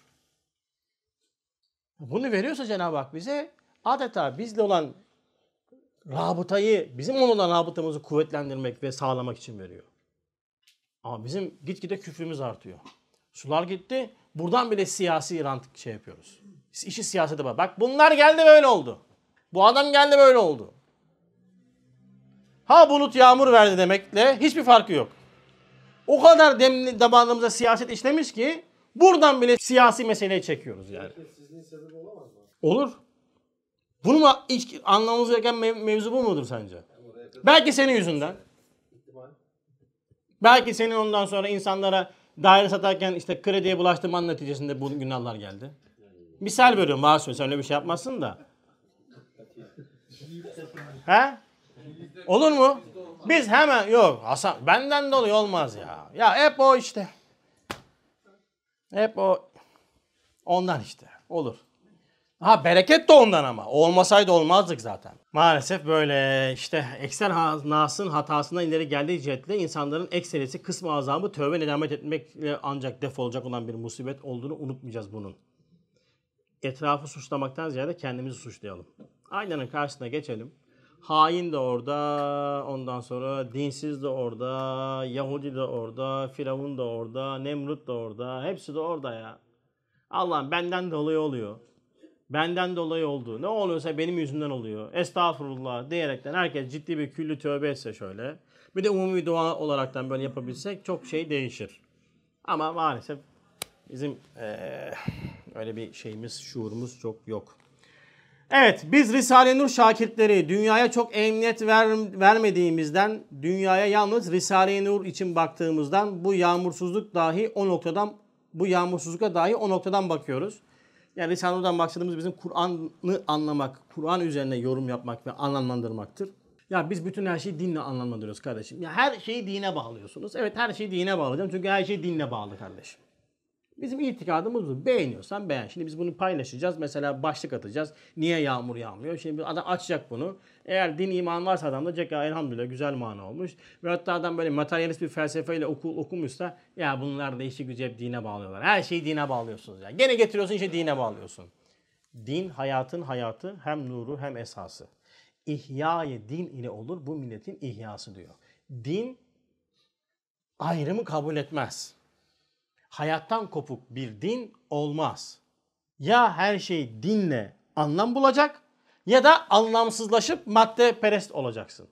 Bunu veriyorsa Cenab-ı Hak bize adeta bizle olan rabıtayı, bizim onunla olan rabıtamızı kuvvetlendirmek ve sağlamak için veriyor. Ama bizim gitgide küfrümüz artıyor. Sular gitti. Buradan bile siyasi rant şey yapıyoruz. İşi siyasete bak. Bak bunlar geldi böyle oldu. Bu adam geldi böyle oldu. Ha bulut yağmur verdi demekle hiçbir farkı yok. O kadar damağımıza siyaset işlemiş ki buradan bile siyasi meseleyi çekiyoruz yani. Sizin sebebi olamaz mı? Olur. Bunu mu hiç anlamamız gereken mevzu bu mudur sence? Belki senin yüzünden. Belki senin ondan sonra insanlara daire satarken işte krediye bulaştırmanın neticesinde bu günahlar geldi. Misal veriyorum, varsın sen öyle bir şey yapmazsın da. He? Olur mu? Biz hemen yok Hasan benden dolayı olmaz ya. Ya hep o işte. Hep o ondan işte olur. Ha bereket de ondan ama. O olmasaydı olmazdık zaten. Maalesef böyle işte ekser nasın hatasından ileri geldiği cihetle insanların ekserisi kısmı azamı tövbe nedamet etmekle ancak def olacak olan bir musibet olduğunu unutmayacağız bunun. Etrafı suçlamaktan ziyade kendimizi suçlayalım. Aynanın karşısına geçelim. Hain de orada, ondan sonra dinsiz de orada, Yahudi de orada, Firavun da orada, Nemrut da orada, hepsi de orada ya. Allah'ım benden dolayı oluyor. Benden dolayı oldu. Ne oluyorsa benim yüzümden oluyor. Estağfurullah diyerekten herkes ciddi bir küllü tövbe etse şöyle. Bir de umumi dua olaraktan böyle yapabilsek çok şey değişir. Ama maalesef bizim öyle bir şeyimiz, şuurumuz çok yok. Evet, biz Risale-i Nur şakirtleri dünyaya çok emniyet vermediğimizden, dünyaya yalnız Risale-i Nur için baktığımızdan bu yağmursuzlukla dahi o noktadan bakıyoruz. Yani Risale-i Nur'dan maksadımız bizim Kur'an'ı anlamak, Kur'an üzerine yorum yapmak ve anlamlandırmaktır. Ya biz bütün her şeyi dinle anlamlandırıyoruz kardeşim. Ya her şeyi dine bağlıyorsunuz. Evet her şeyi dine bağlayacağım çünkü her şey dinle bağlı kardeşim. Bizim itikadımız bu. Beğeniyorsan beğen. Şimdi biz bunu paylaşacağız. Mesela başlık atacağız. Niye yağmur yağmıyor? Şimdi adam açacak bunu. Eğer din iman varsa adamda diyecek elhamdülillah güzel mana olmuş. Ve hatta adam böyle materyalist bir felsefeyle okumuşsa ya bunlar da işi gücü hep dine bağlıyorlar. Her şeyi dine bağlıyorsunuz ya. Gene getiriyorsun işte dine bağlıyorsun. Din hayatın hayatı hem nuru hem esası. İhya-i din ile olur bu milletin ihyası diyor. Din ayrımı kabul etmez. Hayattan kopuk bir din olmaz. Ya her şey dinle anlam bulacak ya da anlamsızlaşıp maddeperest olacaksın.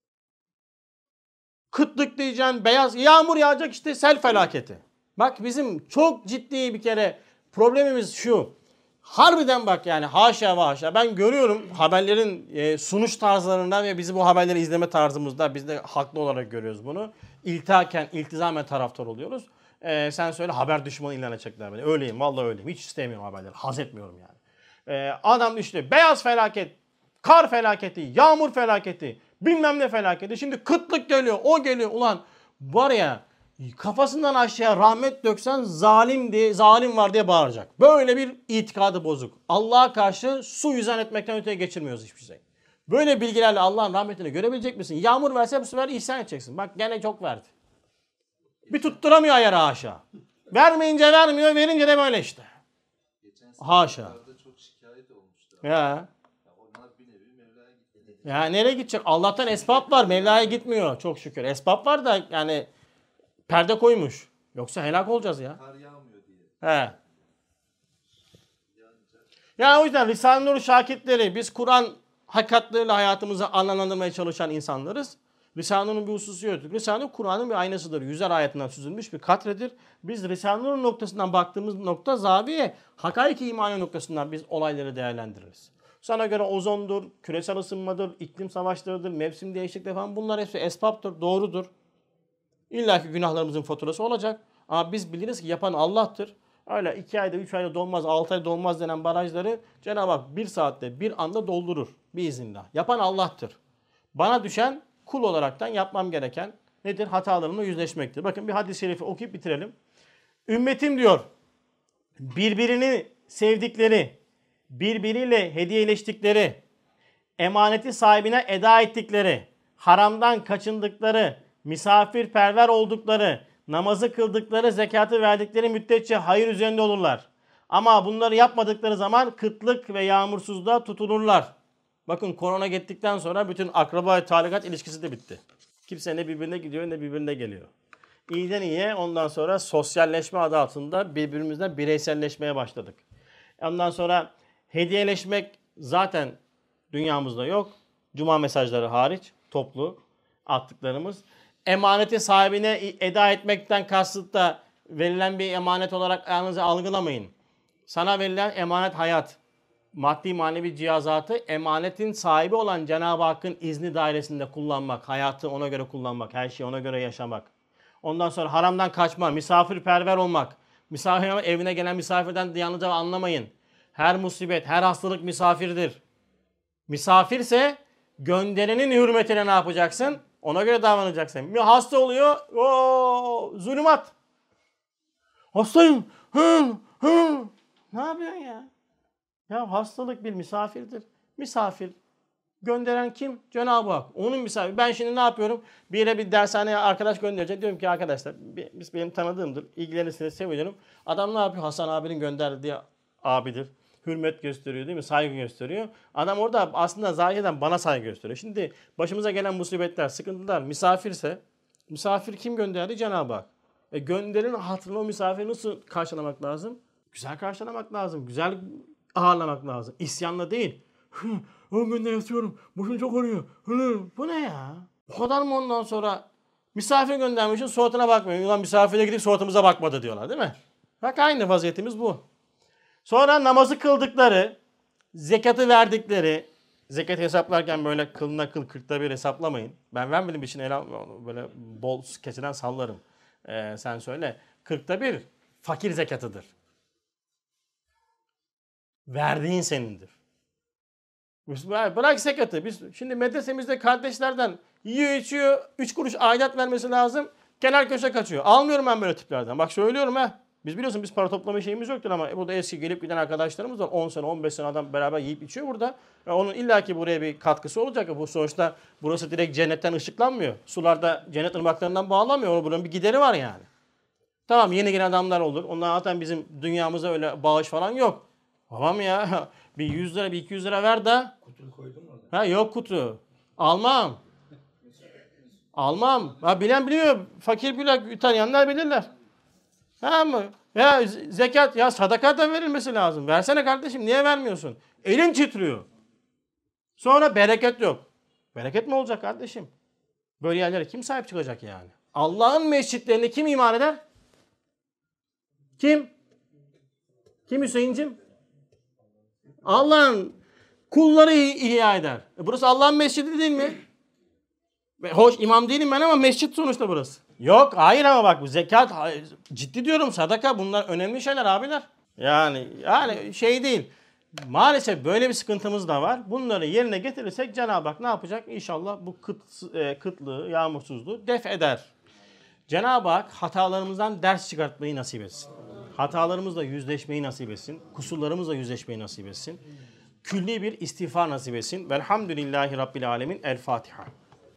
Kıtlık diyeceksin, beyaz yağmur yağacak işte sel felaketi. Bak bizim çok ciddi bir kere problemimiz şu. Harbiden bak yani haşa ve haşa ben görüyorum haberlerin sunuş tarzlarından ve bizi bu haberleri izleme tarzımızda biz de haklı olarak görüyoruz bunu. İltizamen taraftar oluyoruz. Sen söyle haber düşmanı ilan edecekler beni. Öyleyim vallahi öyleyim. Hiç istemiyorum haberleri. Haz etmiyorum yani. Adam işte beyaz felaket, kar felaketi, yağmur felaketi, bilmem ne felaketi. Şimdi kıtlık geliyor, o geliyor. Ulan var ya kafasından aşağıya rahmet döksen zalim var diye bağıracak. Böyle bir itikadı bozuk. Allah'a karşı su yüzen etmekten öteye geçirmiyoruz hiçbir şey. Böyle bilgilerle Allah'ın rahmetini görebilecek misin? Yağmur verse bu sefer ihsan edeceksin. Bak gene çok verdi. Bir tutturamıyor ayarı haşa. Vermeyince vermiyor, verince de böyle işte. Haşa. Çok şikayet olmuştu. Ya. Onlar bir nevi Mevla'ya gitti. Ya nereye gidecek? Allah'tan esbab var. Mevla'ya gitmiyor. Çok şükür. Esbab var da yani perde koymuş. Yoksa helak olacağız ya. Kar yağmıyor diye. He. Yani o yüzden Risale-i Nur şakirtleri biz Kur'an hakikatleriyle hayatımızı anlamlandırmaya çalışan insanlarız. Risale-i Nur'un bir hususu yoktur. Risale-i Nur Kur'an'ın bir aynasıdır. 100'er ayetinden süzülmüş bir katredir. Biz Risale-i Nur noktasından baktığımız nokta zaviye, hakaiki imani noktasından biz olayları değerlendiririz. Sana göre ozondur, küresel ısınmadır, iklim savaşlarıdır, mevsim değişiklikleri falan bunlar hepsi esbaptır, doğrudur. İlla ki günahlarımızın faturası olacak. Ama biz biliriz ki yapan Allah'tır. Öyle 2 ayda, 3 ayda dolmaz, 6 ayda dolmaz denen barajları Cenab-ı Hak 1 saatte, bir anda doldurur biiznillah. Yapan Allah'tır. Bana düşen kul olaraktan yapmam gereken nedir? Hatalarımla yüzleşmektir. Bakın bir hadis-i şerifi okuyup bitirelim. Ümmetim diyor, birbirini sevdikleri, birbiriyle hediyeleştikleri, emaneti sahibine eda ettikleri, haramdan kaçındıkları, misafirperver oldukları, namazı kıldıkları, zekatı verdikleri müddetçe hayır üzerinde olurlar. Ama bunları yapmadıkları zaman kıtlık ve yağmursuzluğa tutulurlar. Bakın korona gittikten sonra bütün akraba ve talikat ilişkisi de bitti. Kimse ne birbirine gidiyor ne birbirine geliyor. İyiden iyiye ondan sonra sosyalleşme adı altında birbirimizden bireyselleşmeye başladık. Ondan sonra hediyeleşmek zaten dünyamızda yok. Cuma mesajları hariç toplu attıklarımız. Emaneti sahibine eda etmekten kasıt da verilen bir emanet olarak ayağınızı algılamayın. Sana verilen emanet hayat, maddi manevi cihazatı emanetin sahibi olan Cenab-ı Hakk'ın izni dairesinde kullanmak, hayatı ona göre kullanmak, her şeyi ona göre yaşamak. Ondan sonra haramdan kaçma, misafirperver olmak. Evine gelen misafirden yalnızca anlamayın. Her musibet, her hastalık misafirdir. Misafirse gönderenin hürmetine ne yapacaksın? Ona göre davranacaksın. Bir hasta oluyor, zulümat. Hastayım. Ne yapıyorsun ya? Ya hastalık bir misafirdir. Misafir gönderen kim? Cenab-ı Hak. Onun misafiri. Ben şimdi ne yapıyorum? Bir yere bir dershaneye arkadaş göndereceğim. Diyorum ki arkadaşlar biz benim tanıdığımdır. İlgilenirseniz sevinirim. Adam ne yapıyor? Hasan abinin gönderdiği abidir. Hürmet gösteriyor değil mi? Saygı gösteriyor. Adam orada aslında zahiren bana saygı gösteriyor. Şimdi başımıza gelen musibetler, sıkıntılar misafirse misafir kim gönderdi? Cenab-ı Hak. Gönderin hatırına o misafiri nasıl karşılamak lazım? Güzel karşılamak lazım. Güzel ağırlamak lazım. İsyanla değil. 10 günde yatıyorum. Başım çok ağrıyor. Bu ne ya? O kadar mı ondan sonra misafir göndermişsin suratına bakmıyor. Ulan misafire gidip suratımıza bakmadı diyorlar değil mi? Bak aynı vaziyetimiz bu. Sonra namazı kıldıkları, zekatı verdikleri, zekat hesaplarken böyle kılına kıl 40'ta bir hesaplamayın. Ben vermedim için böyle bol keçeden sallarım. Sen söyle. 40'ta bir fakir zekatıdır. Verdiğin senindir. Bırak zekatı. Biz şimdi medresemizde kardeşlerden yiyor içiyor 3 kuruş aidat vermesi lazım. Kenar köşe kaçıyor. Almıyorum ben böyle tiplerden. Bak söylüyorum ha. Biz biliyorsun biz para toplama şeyimiz yoktur ama burada eski gelip giden arkadaşlarımız var. 10 sene 15 sene adam beraber yiyip içiyor burada. Onun illaki buraya bir katkısı olacak. Bu sonuçta burası direkt cennetten ışıklanmıyor. Sularda cennet ırmaklarından bağlamıyor. Bunun bir gideri var yani. Tamam yeni gelen adamlar olur. Onlar zaten bizim dünyamıza öyle bağış falan yok. Tamam ya bir 100 lira bir 200 lira ver de. Kutuyu koydun mu orada? Ha yok kutu. Almam. Almam. Ha bilen biliyor. Fakir bilir. Tanıyanlar bilirler. Tamam mı? Ya zekat ya sadaka da verilmesi lazım. Versene kardeşim niye vermiyorsun? Elin titriyor. Sonra bereket yok. Bereket mi olacak kardeşim? Böyle yerlere kim sahip çıkacak yani? Allah'ın mescitlerine kim iman eder? Kim? Kim Hüseyin'cim? Allah'ın kulları ihya eder. Burası Allah'ın mescidi değil mi? Hoş imam değilim ben ama mescit sonuçta burası. Yok hayır ama bak bu zekat ciddi diyorum sadaka bunlar önemli şeyler abiler. Yani şey değil. Maalesef böyle bir sıkıntımız da var. Bunları yerine getirirsek Cenab-ı Hak ne yapacak? İnşallah bu kıtlığı, yağmursuzluğu def eder. Cenab-ı Hak hatalarımızdan ders çıkartmayı nasip etsin. Hatalarımızla yüzleşmeyi nasip etsin. Kusurlarımızla yüzleşmeyi nasip etsin. Külli bir istiğfar nasip etsin. Velhamdülillahi Rabbil Alemin. El Fatiha.